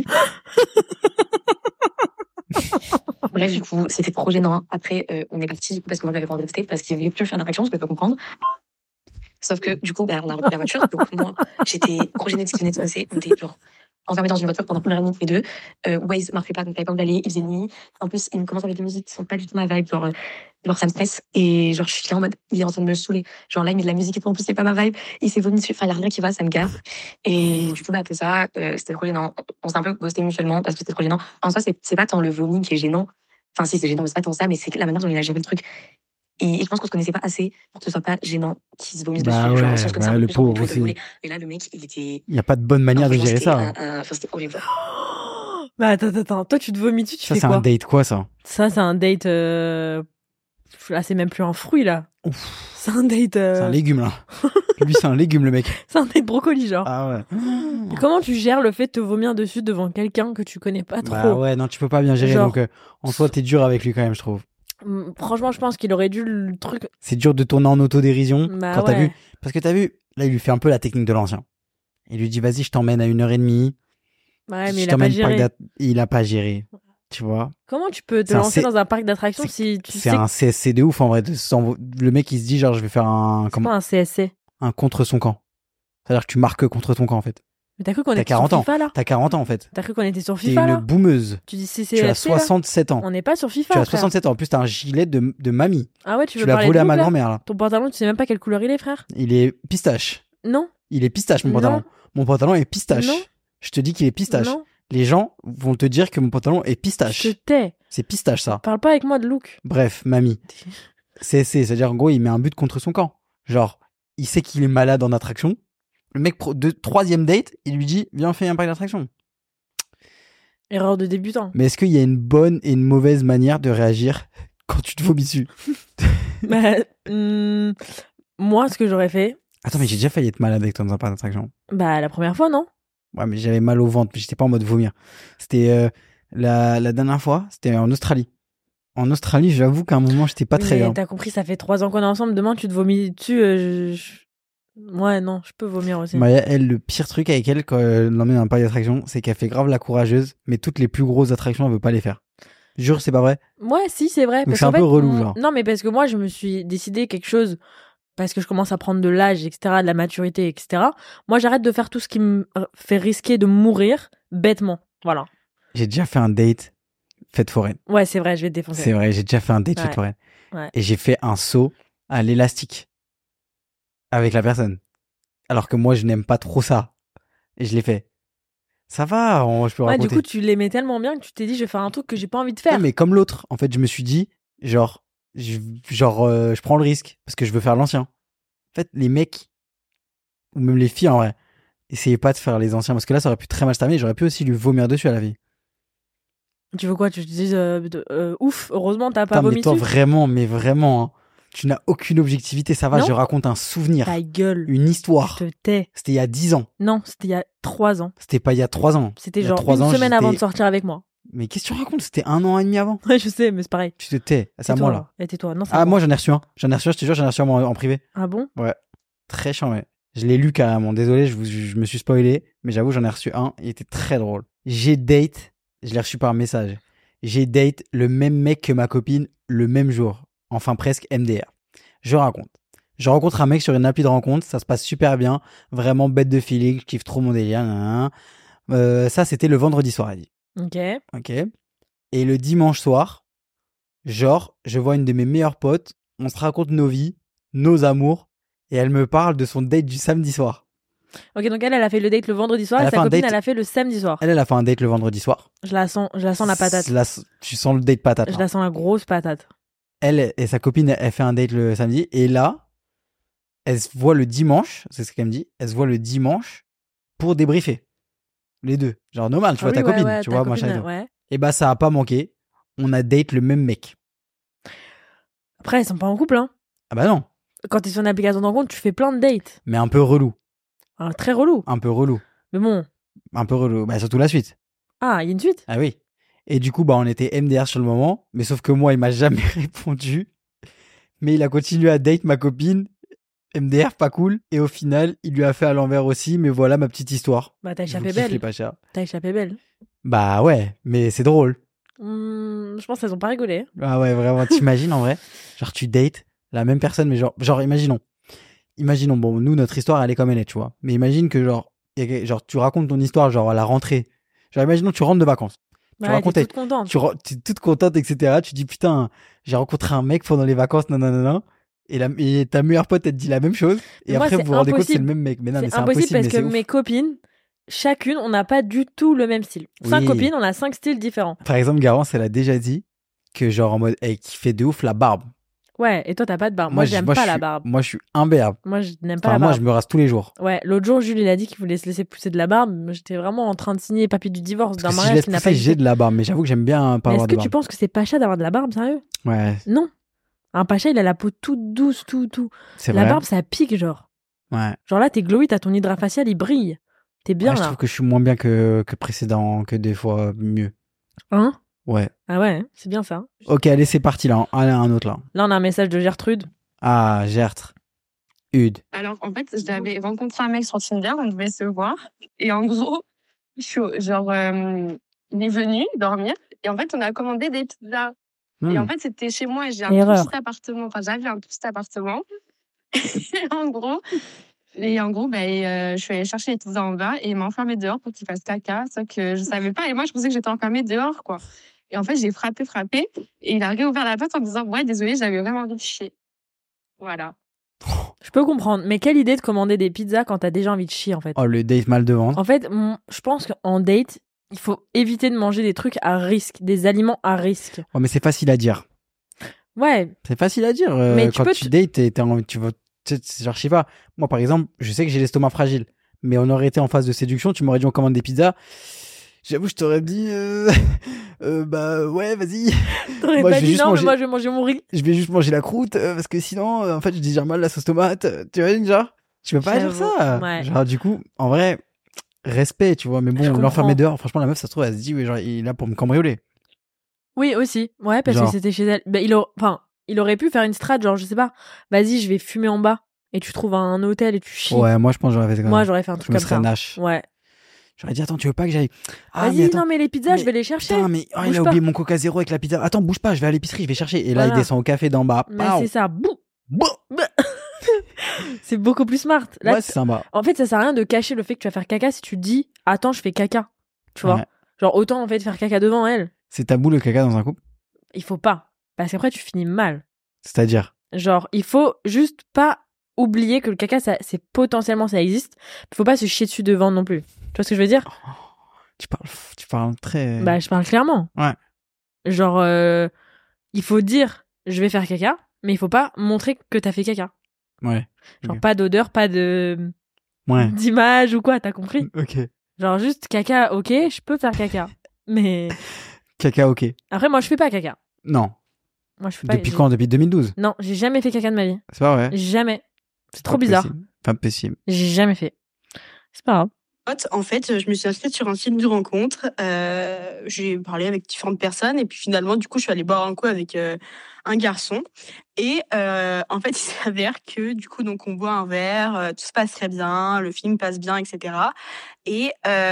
Bref, du coup, c'était trop gênant. Après, on est parti, du coup, parce que moi, j'avais pas envie de rester, parce qu'il voulait plus faire d'attraction, ce que je peux comprendre. Sauf que, du coup, on a repris la voiture. Donc, moi, j'étais trop gênée de ce qui venait de se passer. On était, genre, enfermés dans une voiture pendant 1 heure et demie tous les deux. Waze marchait pas, donc j'avais pas envie d'aller. Il faisait nuit. En plus, il me commence avec des musiques qui sont pas du tout ma vibe. Genre, ça me stresse. Et genre, je suis là en mode, il est en train de me saouler. Genre, là, il met de la musique et tout. En plus, c'est pas ma vibe. Il s'est vomi dessus. Enfin, il y a rien qui va, ça me gave. Et du coup, bah, après ça, c'était trop gênant. On s'est un peu ghosté mutuellement parce que c'était trop gênant. En soi, c'est pas tant le vomi qui est gênant. Enfin, si, c'est gênant, mais c'est pas tant ça, mais c'est la manière dont il a géré le truc. Et je pense qu'on se connaissait pas assez pour que ce soit pas gênant qu'il se vomisse Bah dessus. ouais, Genre, je connaissais un peu le plus, pauvre donc, aussi. et là, le mec, il était. Il y a pas de bonne manière de gérer ça. Enfin, c'était horrible. Bah, attends. Toi, tu te vomis dessus, tu Ça, fais c'est quoi? un date quoi, ça? Ça, c'est un date. Là, c'est même plus un fruit, là. Ouf. C'est un date. C'est un légume, là. Lui, c'est un légume, le mec. C'est un date brocoli, genre. Ah ouais. Et comment tu gères le fait de te vomir dessus devant quelqu'un que tu connais pas trop? Bah ouais, non, tu peux pas bien gérer. Genre- Donc, en soi, t'es dur avec lui quand même, je trouve. Franchement, je pense qu'il aurait dû le truc. C'est dur de tourner en autodérision Bah quand t'as ouais. vu. Parce que t'as vu, là, il lui fait un peu la technique de l'ancien. Il lui dit, vas-y, je t'emmène à 1h30. Ouais, mais je il a pas t'emmène géré. Il a pas géré. Tu vois? Comment tu peux te C'est un lancer C- dans un parc d'attractions c'est- si tu C'est sais un CSC de ouf, en vrai. Le mec, il se dit, genre, je vais faire c'est quoi un CSC? un contre son camp. C'est-à-dire que tu marques contre ton camp, en fait. Mais t'as cru qu'on T'as était sur 40 ans. FIFA là? T'as 40 ans, en fait. T'as cru qu'on était sur T'es FIFA une là? boumeuse. Tu dis Tu as CCFP là? 67 ans. On n'est pas sur FIFA. Tu as frère. 67 ans. En plus, t'as un gilet de mamie. Ah ouais, tu Tu veux l'as parler volé de à ma look, là grand-mère, là. Ton pantalon, tu sais même pas quelle couleur il est, frère? Il est pistache. Non. Il est pistache, mon Non. pantalon. Mon pantalon est pistache. Non. Je te dis qu'il est pistache. Non. Les gens vont te dire que mon pantalon est pistache. Je te tais. C'est pistache, ça. Parle pas avec moi de look. Bref, mamie. C'est-à-dire, en gros, il met un but contre son camp. Genre, il sait qu'il est malade en attraction. Le mec, de troisième date, il lui dit, viens, fais un parc d'attraction. Erreur de débutant. Mais est-ce qu'il y a une bonne et une mauvaise manière de réagir quand tu te vomis dessus? Bah, moi, ce que j'aurais fait, Attends, mais j'ai déjà failli être malade avec toi dans un parc d'attraction. bah la première fois, non? Ouais, mais j'avais mal au ventre, mais j'étais pas en mode vomir. C'était la dernière fois, c'était en Australie. En Australie, j'avoue qu'à un moment, j'étais pas très Mais bien. t'as compris, ça fait 3 ans qu'on est ensemble. Demain, tu te vomis dessus. Ouais, non, je peux vomir aussi. Maya, elle, le pire truc avec elle, quand elle l'emmène dans un parc d'attraction, c'est qu'elle fait grave la courageuse, mais toutes les plus grosses attractions, elle veut pas les faire. Jure, c'est pas vrai? Ouais, si, c'est vrai. Donc Parce c'est un qu'en peu fait, relou, genre. Non, mais parce que moi, je me suis décidé quelque chose parce que je commence à prendre de l'âge, etc., de la maturité, etc. Moi, j'arrête de faire tout ce qui me fait risquer de mourir bêtement. Voilà. J'ai déjà fait un date fête foraine. Ouais, c'est vrai, je vais te défoncer. C'est vrai, j'ai déjà fait un date fête Ouais. foraine. Ouais. Et j'ai fait un saut à l'élastique avec la personne. Alors que moi, je n'aime pas trop ça. Et je l'ai fait. Ça va, je peux Ouais, raconter. du coup, tu l'aimais tellement bien que tu t'es dit, je vais faire un truc que j'ai pas envie de faire. Non, mais comme l'autre, en fait, je me suis dit, je prends le risque parce que je veux faire l'ancien. En fait, les mecs, ou même les filles en vrai, essayez pas de faire les anciens parce que là, ça aurait pu très mal se terminer. J'aurais pu aussi lui vomir dessus à la vie. Tu veux quoi? Tu te dises, ouf, heureusement, t'as pas Putain, mais vomi toi, dessus. vraiment, hein, tu n'as aucune objectivité. Ça va, Non. je raconte un souvenir, Ta gueule. une histoire. Je te tais. C'était il y a 10 ans. Non, c'était il y a 3 ans. C'était pas il y a 3 ans. C'était Il y a genre 3 une ans, semaine avant de j'étais- sortir avec moi. Mais qu'est-ce que tu racontes? C'était 1 an et demi avant. Ouais, je sais, mais c'est pareil. Tu te tais. C'est à moi là. Et tais-toi. Non, c'est Ah, à moi j'en ai reçu un. Je te jure, j'en ai reçu un en privé. Ah bon? Très chiant, ouais. Je l'ai lu carrément. Désolé, je me suis spoilé, mais j'avoue, j'en ai reçu un. Il était très drôle. J'ai date, je l'ai reçu par message. J'ai date le même mec que ma copine le même jour. Enfin, presque MDR. Je raconte. Je rencontre un mec sur une appli de rencontre. Ça se passe super bien. Vraiment bête de feeling. Je kiffe trop mon délire. Ça, c'était le vendredi soir, elle dit. Ok. Ok. Et le dimanche soir, genre, je vois une de mes meilleures potes. On se raconte nos vies, nos amours. Et elle me parle de son date du samedi soir. Ok, donc elle a fait le date le vendredi soir Elle et a sa fait un copine, date- elle a fait le samedi soir. Elle a fait un date le vendredi soir. Je la sens la patate. Tu sens le date patate. Je hein. la sens la grosse patate. Elle et sa copine, elle fait un date le samedi. Et là, elle se voit le dimanche. C'est ce qu'elle me dit. Elle se voit le dimanche pour débriefer. Les deux. Genre normal, tu vois ta copine. Tu vois, machin et tout. Ouais. Et bah, ça a pas manqué. On a date le même mec. Après, ils sont pas en couple, hein. Ah bah non. Quand t'es sur une application de rencontre, tu fais plein de dates. Mais un peu relou. Alors, très relou. Un peu relou. Mais bon. Un peu relou. Bah, surtout la suite. Ah, il y a une suite? Ah oui. Et du coup, bah, on était MDR sur le moment. Mais sauf que moi, il m'a jamais répondu. Mais il a continué à date ma copine. MDR, pas cool. Et au final, il lui a fait à l'envers aussi. Mais voilà ma petite histoire. Bah, t'as Je vous échappé kiffe, les belle. pas chers. T'as échappé belle. Bah ouais, mais c'est drôle. Je pense qu'elles ont pas rigolé. Ah ouais, vraiment, t'imagines en vrai? Genre, tu dates la même personne, mais genre, imaginons. Imaginons, bon, nous, notre histoire, elle est comme elle est, tu vois. Mais imagine que, genre, tu racontes ton histoire, genre, à la rentrée. Genre, imaginons, tu rentres de vacances. Tu Ouais, racontes, t'es toute contente. t'es toute contente, etc. Tu dis, putain, j'ai rencontré un mec pendant les vacances, nanana. Et ta meilleure pote, elle te dit la même chose. Et Mais moi, après, vous c'est vous rendez compte que c'est le impossible. même mec. Mais non, mais C'est c'est impossible impossible, parce mais que c'est ouf. mes copines, chacune, on n'a pas du tout le même style. 5 Oui. copines, on a 5 styles différents. Par exemple, Garance, elle a déjà dit que, genre, en mode, elle kiffait de ouf la barbe. Ouais, et toi, t'as pas de barbe. Moi, j'aime pas la barbe. Moi, je suis imberbe. Moi, je n'aime pas Enfin, la moi, barbe. je me rase tous les jours. Ouais, l'autre jour, Jules, il a dit qu'il voulait se laisser pousser de la barbe. Moi, j'étais vraiment en train de signer les papiers du divorce d'un Parce que si je mariage laisse qui n'a pousser, pas j'ai existé. de la barbe. Mais j'avoue que j'aime bien pas Mais avoir est-ce de que tu barbe. penses que c'est Pacha d'avoir de la barbe, sérieux? Ouais, Non. Un Pacha, il a la peau toute douce, tout. c'est La vrai. barbe, ça pique, genre. Ouais. Genre là, t'es glowy, t'as ton hydrafacial, il brille. T'es bien, Ouais, je là. trouve que je suis moins bien que précédent, que des fois mieux. Hein? Ouais. Ah ouais, c'est bien ça. Ok, allez, c'est parti là. Allez, un autre là. Là, on a un message de Gertrude. Ah, Gertrude. Alors, en fait, j'avais rencontré un mec sur Tinder, on devait se voir. Et en gros, genre, il est venu dormir. Et en fait, on a commandé des pizzas. Et en fait, c'était chez moi. J'ai un Erreur. tout petit appartement. Enfin, j'avais un tout petit appartement. Et en gros, je suis allée chercher les pizzas en bas et il m'a enfermé dehors pour qu'il fasse caca. Sauf que je savais pas. Et moi, je pensais que j'étais enfermée dehors, quoi. Et en fait, j'ai frappé. Et il a réouvert la porte en disant, ouais, désolé, j'avais vraiment envie de chier. Voilà. Je peux comprendre, mais quelle idée de commander des pizzas quand t'as déjà envie de chier, en fait. Oh, le date mal de ventre. En fait, je pense qu'en date, il faut éviter de manger des trucs à risque, des aliments à risque. Oh, mais c'est facile à dire. Ouais. C'est facile à dire. Mais quand tu dates, tu vas, genre, je sais pas. Moi, par exemple, je sais que j'ai l'estomac fragile. Mais on aurait été en phase de séduction, tu m'aurais dit on commande des pizzas. J'avoue, je t'aurais dit, bah ouais, vas-y. T'aurais Moi, pas je vais dit juste non, manger- mais moi je vais manger mon riz. Je vais juste manger la croûte parce que sinon, en fait, je digère mal la sauce tomate. Tu vois, genre, tu peux pas dire J'avoue, ça. ouais. Genre, du coup, en vrai, respect, tu vois. Mais Je bon, comprends. l'enfermer dehors, franchement, la meuf, ça se trouve, elle se dit, ouais, genre, il est là pour me cambrioler. Oui, aussi. Ouais, parce Genre. que c'était chez elle. Bah, il aurait pu faire une strat, genre, je sais pas, vas-y, je vais fumer en bas. Et tu trouves un hôtel et tu chies. Ouais, moi, je pense que j'aurais fait ça. Moi, j'aurais fait un Je truc me comme serais ça. nache. Ouais. J'aurais dit, attends, tu veux pas que j'aille. Ah, Vas-y, attends, non, mais les pizzas, mais- je vais les chercher. Putain, mais Bouge il a pas. oublié mon Coca Zéro avec la pizza. Attends, bouge pas, je vais à l'épicerie, je vais chercher. Et là, Voilà. il descend au café d'en bas. Mais Pow. c'est ça. Bouh. Bouh. C'est beaucoup plus smart. Là, Ouais, c'est sympa. en fait, ça sert à rien de cacher le fait que tu vas faire caca si tu te dis, attends, je fais caca. Tu vois? Ouais. Genre, autant, en fait, faire caca devant elle. C'est tabou le caca dans un couple? Il faut pas. Parce qu'après, tu finis mal. C'est-à-dire? Genre, il faut juste pas oublier que le caca, c'est potentiellement, ça existe. Il faut pas se chier dessus devant non plus. Tu vois ce que je veux dire? Tu parles très. Bah, je parle clairement. Ouais. Genre, il faut dire, je vais faire caca, mais il faut pas montrer que t'as fait caca. Ouais. Genre, Ok. pas d'odeur, pas de Ouais. d'image ou quoi, t'as compris? Ok. Genre, juste caca, ok, je peux faire caca. Mais Caca, ok. après, moi, je fais pas caca. Non. Moi, je fais pas. Depuis quand? Depuis 2012? Non, j'ai jamais fait caca de ma vie. C'est pas vrai? Jamais. C'est trop Pas bizarre. possible. Pas possible. J'ai jamais fait. C'est pas grave. En fait, je me suis inscrite sur un site de rencontre. J'ai parlé avec différentes personnes et puis finalement, du coup, je suis allée boire un coup avec un garçon. Et en fait, il s'avère que du coup, donc on boit un verre, tout se passe très bien, le film passe bien, etc. Et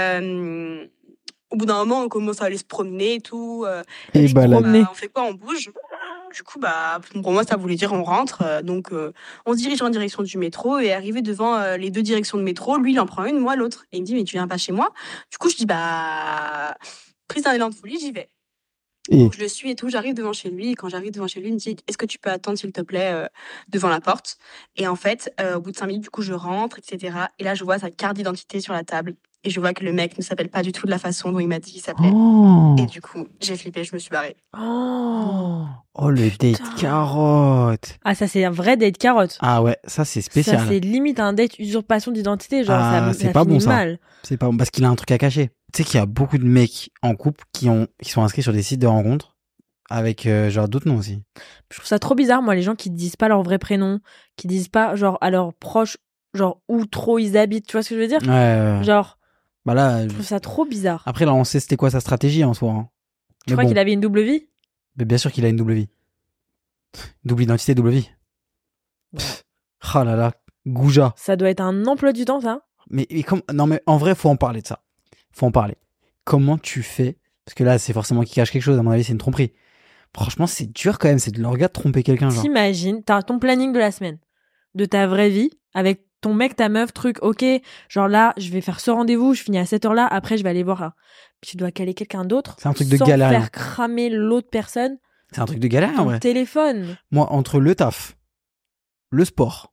au bout d'un moment, on commence à aller se promener et tout. Et je dis, balade. on fait quoi? On bouge. Du coup, pour moi, ça voulait dire on rentre. Donc, on se dirige en direction du métro et arrivé devant les deux directions de métro, lui, il en prend une, moi l'autre. Et il me dit, mais tu viens pas chez moi? Du coup, je dis, prise d'un élan de folie, j'y vais. Et Donc, je le suis et tout, j'arrive devant chez lui. Et quand j'arrive devant chez lui, il me dit, est-ce que tu peux attendre, s'il te plaît, devant la porte? Et en fait, au bout de 5 minutes, du coup, je rentre, etc. Et là, je vois sa carte d'identité sur la table. Et je vois que le mec ne s'appelle pas du tout de la façon dont il m'a dit qu'il s'appelait. Oh. Et du coup, j'ai flippé, je me suis barrée. Oh. Oh, le date carotte. Ah, ça, c'est un vrai date carotte. Ah ouais, ça c'est spécial. Ça, c'est limite un date usurpation d'identité. Genre, Ah, ça c'est pas finit bon, ça. mal. C'est pas bon parce qu'il a un truc à cacher. Tu sais qu'il y a beaucoup de mecs en couple qui sont inscrits sur des sites de rencontres avec genre d'autres noms aussi. Je trouve ça trop bizarre, moi, les gens qui disent pas leur vrai prénom, qui disent pas, genre, à leurs proches, genre, où trop ils habitent. Tu vois ce que je veux dire? Ouais. Genre, Bah là, je trouve ça trop bizarre. après là, on sait c'était quoi sa stratégie en soi. Hein. Tu Mais crois bon, qu'il avait une double vie? mais bien sûr qu'il a une double vie. Double identité, double vie. Ouais. Oh là là, Gouja. Ça doit être un emploi du temps, ça. Mais non mais en vrai, faut en parler de ça. Faut en parler. Comment tu fais? Parce que là, c'est forcément qu'il cache quelque chose. À mon avis, c'est une tromperie. Franchement, c'est dur quand même. C'est de leur gars de tromper quelqu'un, genre. T'imagines, t'as ton planning de la semaine, de ta vraie vie, avec ton mec, ta meuf, truc, ok, genre là, je vais faire ce rendez-vous, je finis à cette heure-là, après je vais aller voir là. Puis tu dois caler quelqu'un d'autre. C'est un truc de sans galérien. faire cramer l'autre personne. C'est un truc de galère en Ton vrai. téléphone. Moi, entre le taf, le sport,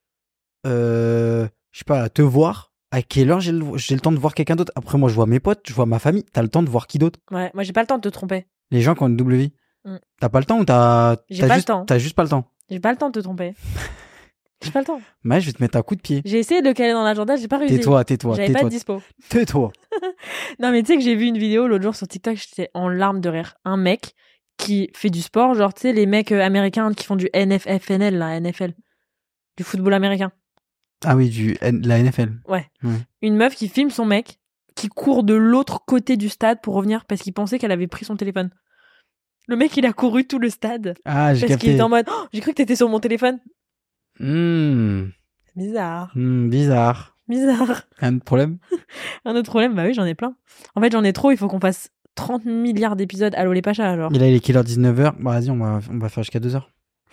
je sais pas, te voir, à quelle heure j'ai le temps de voir quelqu'un d'autre? Après, moi, je vois mes potes, je vois ma famille. T'as le temps de voir qui d'autre? Ouais, moi j'ai pas le temps de te tromper. Les gens qui ont une double vie. Mm. T'as pas le temps ou J'ai pas le temps. T'as juste pas le temps. J'ai pas le temps de te tromper. J'ai pas le temps. Ouais, je vais te mettre un coup de pied. J'ai essayé de le caler dans l'agenda, j'ai pas réussi. Tais-toi. J'avais pas de dispo. Tais-toi. Non, mais tu sais que j'ai vu une vidéo l'autre jour sur TikTok, j'étais en larmes de rire. Un mec qui fait du sport, genre, tu sais, les mecs américains qui font du NFFNL, là, NFL. Du football américain. Ah oui, la NFL. Ouais. Ouais. Une meuf qui filme son mec, qui court de l'autre côté du stade pour revenir parce qu'il pensait qu'elle avait pris son téléphone. Le mec, il a couru tout le stade. Ah, j'ai Parce qu'il capté. était en mode, oh, j'ai cru que t'étais sur mon téléphone. Hmm. Bizarre. Bizarre. Bizarre. Un autre problème? Un autre problème, bah oui, j'en ai plein. En fait, j'en ai trop, il faut qu'on fasse 30 milliards d'épisodes. Allô les Pachas, alors. Et là, il est quelle heure? 19h? Bah, vas-y, on va faire jusqu'à 2h.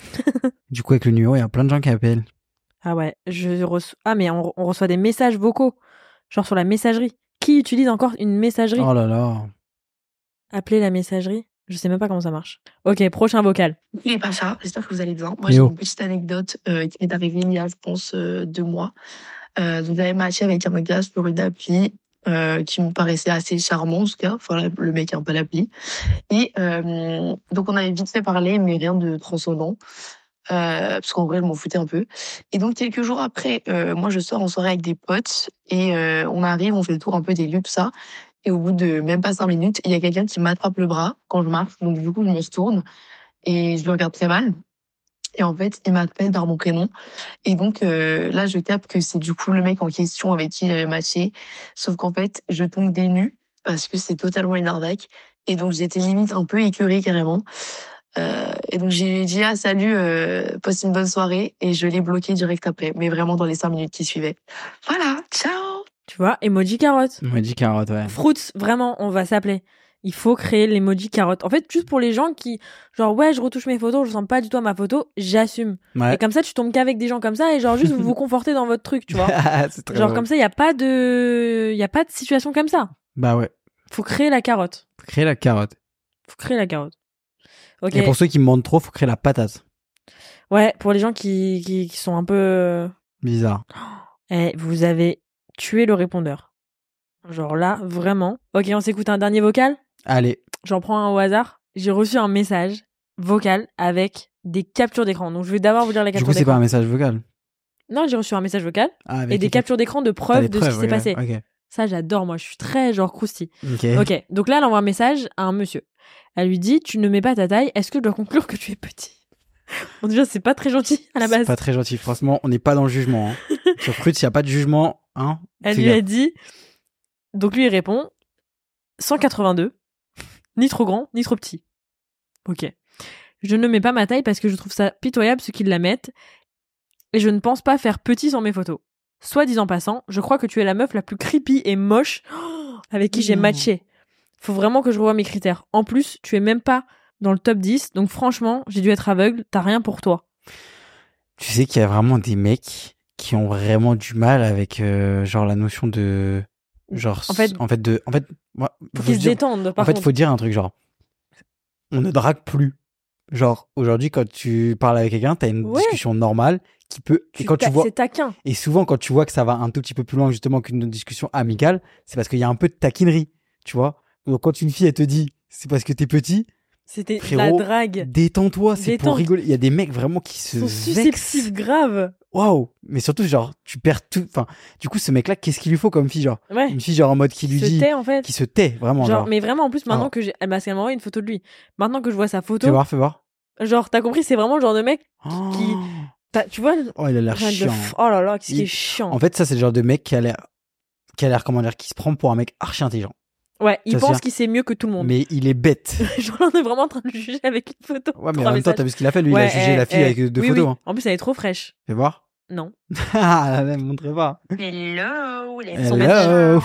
Du coup, avec le numéro, il y a plein de gens qui appellent. Ah ouais, ah mais on reçoit des messages vocaux, genre sur la messagerie. Qui utilise encore une messagerie? Oh là là. Appeler la messagerie? Je sais même pas comment ça marche. Ok, prochain vocal. Les Pachas, j'espère que vous allez bien. Moi, Yo. j'ai une petite anecdote qui m'est arrivée il y a, je pense, 2 mois. Donc, j'avais matché avec un gars sur une appli qui me paraissait assez charmant, en tout cas. Enfin, le mec a un peu l'appli. Et donc, on avait vite fait parler, mais rien de transcendant. Parce qu'en vrai, je m'en foutais un peu. Et donc, quelques jours après, moi, je sors en soirée avec des potes et on arrive, on fait le tour un peu des lieux, tout ça. Et au bout de même pas 5 minutes, il y a quelqu'un qui m'attrape le bras quand je marche. Donc, du coup, je me retourne et je le regarde très mal. Et en fait, il m'appelle par mon prénom. Et donc, là, je capte que c'est du coup le mec en question avec qui j'avais matché. Sauf qu'en fait, je tombe des nues parce que c'est totalement une arnaque. Et donc, j'étais limite un peu écœurée carrément. Et donc, j'ai dit, ah, salut, passe une bonne soirée. Et je l'ai bloqué direct après. Mais vraiment dans les 5 minutes qui suivaient. Voilà, ciao! Tu vois, emoji carotte. Emoji carotte, ouais. Fruits, vraiment, on va s'appeler. Il faut créer l'emoji carotte. En fait, juste pour les gens qui, genre, ouais, je retouche mes photos, je ressemble pas du tout à ma photo, j'assume. Ouais. Et comme ça, tu tombes qu'avec des gens comme ça et genre, juste vous vous confortez dans votre truc, tu vois. C'est très Genre, drôle. comme ça, il y a pas de situation comme ça. Bah ouais. Faut créer la carotte. Faut créer la carotte. Faut créer la carotte. Ok. Et pour ceux qui me mentent trop, faut créer la patate. Ouais, pour les gens qui sont un peu... Bizarre. vous avez tué le répondeur. Genre là, vraiment. Ok, on s'écoute un dernier vocal. Allez. J'en prends un au hasard. J'ai reçu un message vocal avec des captures d'écran. Donc je vais d'abord vous lire les Du captures coup, c'est d'écran. pas un message vocal. Non, j'ai reçu un message vocal Ah, avec et des les captures d'écran de T'as preuves des de ce qui preuves, s'est passé. Ok. Ça, j'adore, moi. Je suis très genre croustille. Ok. Ok, donc là, elle envoie un message à un monsieur. Elle lui dit, tu ne mets pas ta taille, est-ce que je dois conclure que tu es petit? Bon, déjà, c'est pas très gentil à la C'est base. pas très gentil. Franchement, on n'est pas dans le jugement. Hein. Sur Fruits, il n'y a pas de jugement. Hein. Elle Fais lui a gaffe. dit, donc lui, il répond 182, ni trop grand, ni trop petit. Ok. Je ne mets pas ma taille parce que je trouve ça pitoyable ceux qui la mettent et je ne pense pas faire petit sur mes photos. Soit disant passant, je crois que tu es la meuf la plus creepy et moche avec qui j'ai Non. matché. Faut vraiment que je revoie mes critères. En plus, tu es même pas dans le top 10, donc franchement, j'ai dû être aveugle, t'as rien pour toi. Tu sais qu'il y a vraiment des mecs qui ont vraiment du mal avec genre la notion de genre En fait, moi, Faut faut qu'ils se dire- détendent, par en fait, contre. faut dire un truc genre on ne drague plus. Genre aujourd'hui quand tu parles avec quelqu'un, t'as une Ouais. discussion normale qui peut et quand tu vois C'est taquin. et souvent quand tu vois que ça va un tout petit peu plus loin justement qu'une discussion amicale, c'est parce qu'il y a un peu de taquinerie, tu vois. Donc quand une fille elle te dit c'est parce que t'es petit, C'était frérot, la drague. détends-toi, c'est pour Détente. rigoler. Il y a des mecs vraiment qui se Ils sont vexent. susceptibles grave. Waouh, mais surtout genre tu perds tout. Enfin, du coup ce mec-là, qu'est-ce qu'il lui faut comme fille genre Ouais. une fille genre en mode qui lui se dit, tait en fait. qui se tait vraiment genre. Mais vraiment en plus maintenant Alors. que j'ai parce qu'elle m'a envoyé une photo de lui. Maintenant que je vois sa photo, Fais voir. genre t'as compris, c'est vraiment le genre de mec Oh, tu vois oh, il a l'air rien de chiant. oh là là, qu'est-ce qui Il- est chiant. En fait, ça c'est le genre de mec qui a l'air comment dire, qui se prend pour un mec archi intelligent. Ouais, il ça, pense c'est- qu'il sait mieux que tout le monde. Mais il est bête. Genre là, on est vraiment en train de le juger avec une photo. Ouais, mais pour en un même temps, message. t'as vu ce qu'il a fait, lui, il Ouais, a jugé la fille avec deux oui, photos. oui. Hein. En plus, elle est trop fraîche. Fais voir. Non. Ah, là, montrez pas. Hello, les Hello.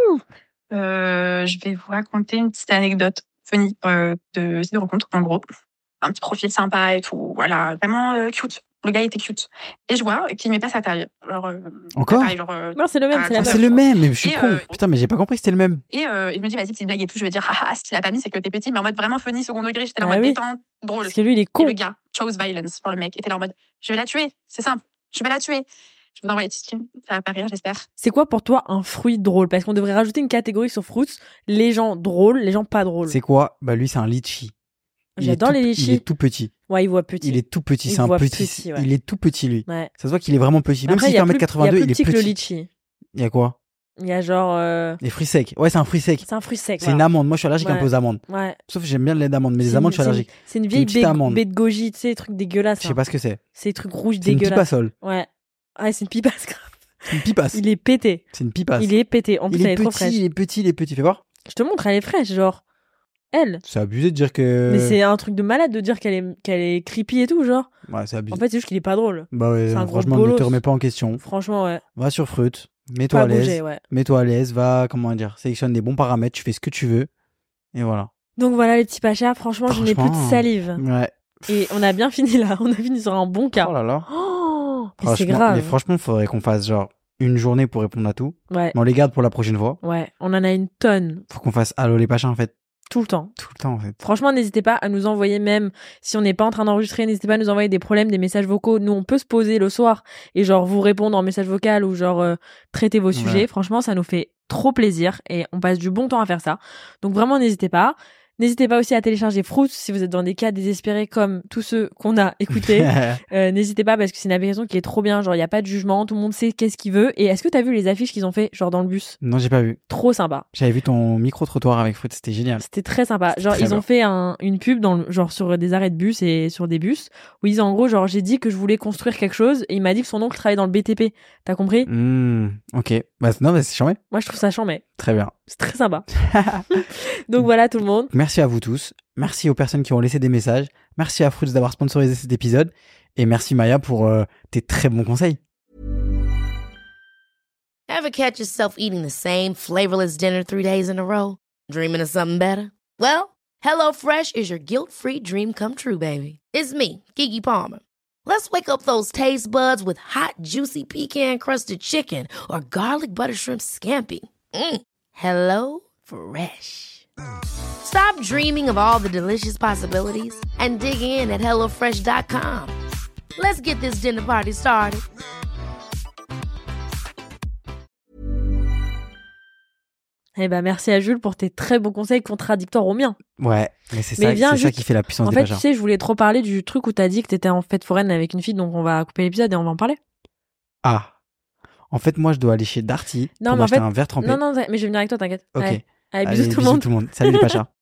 Je vais vous raconter une petite anecdote funny de cette rencontre. En gros, un petit profil sympa et tout. Voilà, vraiment cute. Le gars était cute. Et je vois qu'il met pas sa taille. Alors, Encore sa taille, genre, Non, c'est le même, Ah, c'est la Ah, attends, même. c'est le même, mais je suis Et, con. Putain, mais j'ai pas compris que c'était le même. et je me dis, vas-y, petite blague et tout. Je vais dire, ah, ce qu'il a pas mis, c'est que t'es petit, mais en mode vraiment funny, second degré. J'étais là en Ah mode oui. détente, drôle. Parce que lui, il est Et con. le gars, chose violence pour le mec, était là en mode, je vais la tuer. C'est simple. Je vais la tuer. Je vous envoie les petits screens. Ça va pas rire, j'espère. C'est quoi pour toi un fruit drôle? Parce qu'on devrait rajouter une catégorie sur Fruits, les gens drôles, les gens pas drôles. C'est quoi? Bah, lui, c'est un litchi. Il J'adore est tout- les Il litchis. est tout petit. Ouais, il voit petit. Il est tout petit. Il C'est un voit petit. petit, ouais. Il est tout petit, lui. Ouais. Ça se voit qu'il est vraiment petit. Même Après, s'il il y fait a plus 1m82, plus il est petit que le petit. litchi. Il y a quoi? Il y a genre Les fruits secs. Ouais, c'est un fruit sec. c'est un fruit sec. C'est une amande. Moi, je suis allergique un Ouais. peu aux amandes. Ouais. Sauf que j'aime bien le lait d'amande, mais les C'est amandes, une- je suis allergique. C'est une vieille petite amande. baie de goji, tu sais, les trucs dégueulasses. Je sais pas ce que c'est. C'est des trucs rouges C'est une dégueulasses. pipassole. Ouais. Ouais, c'est une pipasse grave. C'est une pipasse. Il est pété. C'est une pipasse. Il est pété. En plus, Il elle est est trop petit, fraîche. il est petit, il est petit. Fais voir. Je te montre, elle est fraîche, genre. Elle. C'est abusé de dire que. Mais c'est un truc de malade de dire qu'elle est creepy et tout, genre. Ouais, c'est abusé. En fait, c'est juste qu'il est pas drôle. Bah ouais, c'est un franchement, gros ne te bolos. remets pas en question. Franchement, ouais. Va sur Fruit, mets-toi à Pas l'aise. bouger, ouais. Mets-toi à l'aise, va, comment dire, sélectionne des bons paramètres, tu fais ce que tu veux. Et voilà. Donc voilà les petits pachas, franchement, je n'ai plus de salive. Ouais. Et on a bien fini là, on a fini sur un bon cas. Oh là là. Oh, mais c'est grave. Mais franchement, faudrait qu'on fasse genre une journée pour répondre à tout. Ouais. Mais on les garde pour la prochaine fois. Ouais, on en a une tonne. Faut qu'on fasse Allô les Pachas en fait. Tout le temps. Tout le temps en fait. Franchement, n'hésitez pas à nous envoyer, même si on n'est pas en train d'enregistrer, n'hésitez pas à nous envoyer des problèmes, des messages vocaux. Nous, on peut se poser le soir et genre vous répondre en message vocal ou genre traiter vos sujets. Ouais. Franchement, ça nous fait trop plaisir et on passe du bon temps à faire ça. Donc vraiment, n'hésitez pas. N'hésitez pas aussi à télécharger Fruits si vous êtes dans des cas désespérés comme tous ceux qu'on a écoutés. N'hésitez pas parce que c'est une application qui est trop bien. Genre, il n'y a pas de jugement, tout le monde sait qu'est-ce qu'il veut. Et est-ce que t'as vu les affiches qu'ils ont fait, genre dans le bus? Non, j'ai pas vu. Trop sympa. J'avais vu ton micro-trottoir avec Fruit, c'était génial. C'était très sympa. Genre, ils ont fait une pub genre sur des arrêts de bus et sur des bus où ils disaient en gros, genre, j'ai dit que je voulais construire quelque chose et il m'a dit que son oncle travaillait dans le BTP. T'as compris? Ok. Bah, non, mais c'est charmé. Moi, je trouve ça charmé. Très bien. C'est très sympa. Donc voilà tout le monde. Merci à vous tous. Merci aux personnes qui ont laissé des messages. Merci à Fruits d'avoir sponsorisé cet épisode. Et merci Maya pour tes très bons conseils. Ever catch yourself eating the same flavorless dinner 3 days in a row? Dreaming of something better? Well, HelloFresh is your guilt-free dream come true, baby. It's me, Keke Palmer. Let's wake up those taste buds with hot, juicy pecan-crusted chicken or garlic butter shrimp scampi. Hello Fresh. Stop dreaming of all the delicious possibilities and dig in at HelloFresh.com. Let's get this dinner party started. Eh ben, merci à Jules pour tes très bons conseils contradictoires aux miens. Ouais, mais c'est Mais ça qui fait la puissance des Pachas. En Pachas. fait, tu sais, je voulais trop parler du truc où t'as dit que t'étais en fête foraine avec une fille, donc on va couper l'épisode et on va en parler. Ah. En fait, moi, je dois aller chez Darty Non, pour mais m'acheter un verre trempé. Non, mais je vais venir avec toi, t'inquiète. Ok. Allez, bisous tout le monde. Salut les Pachas.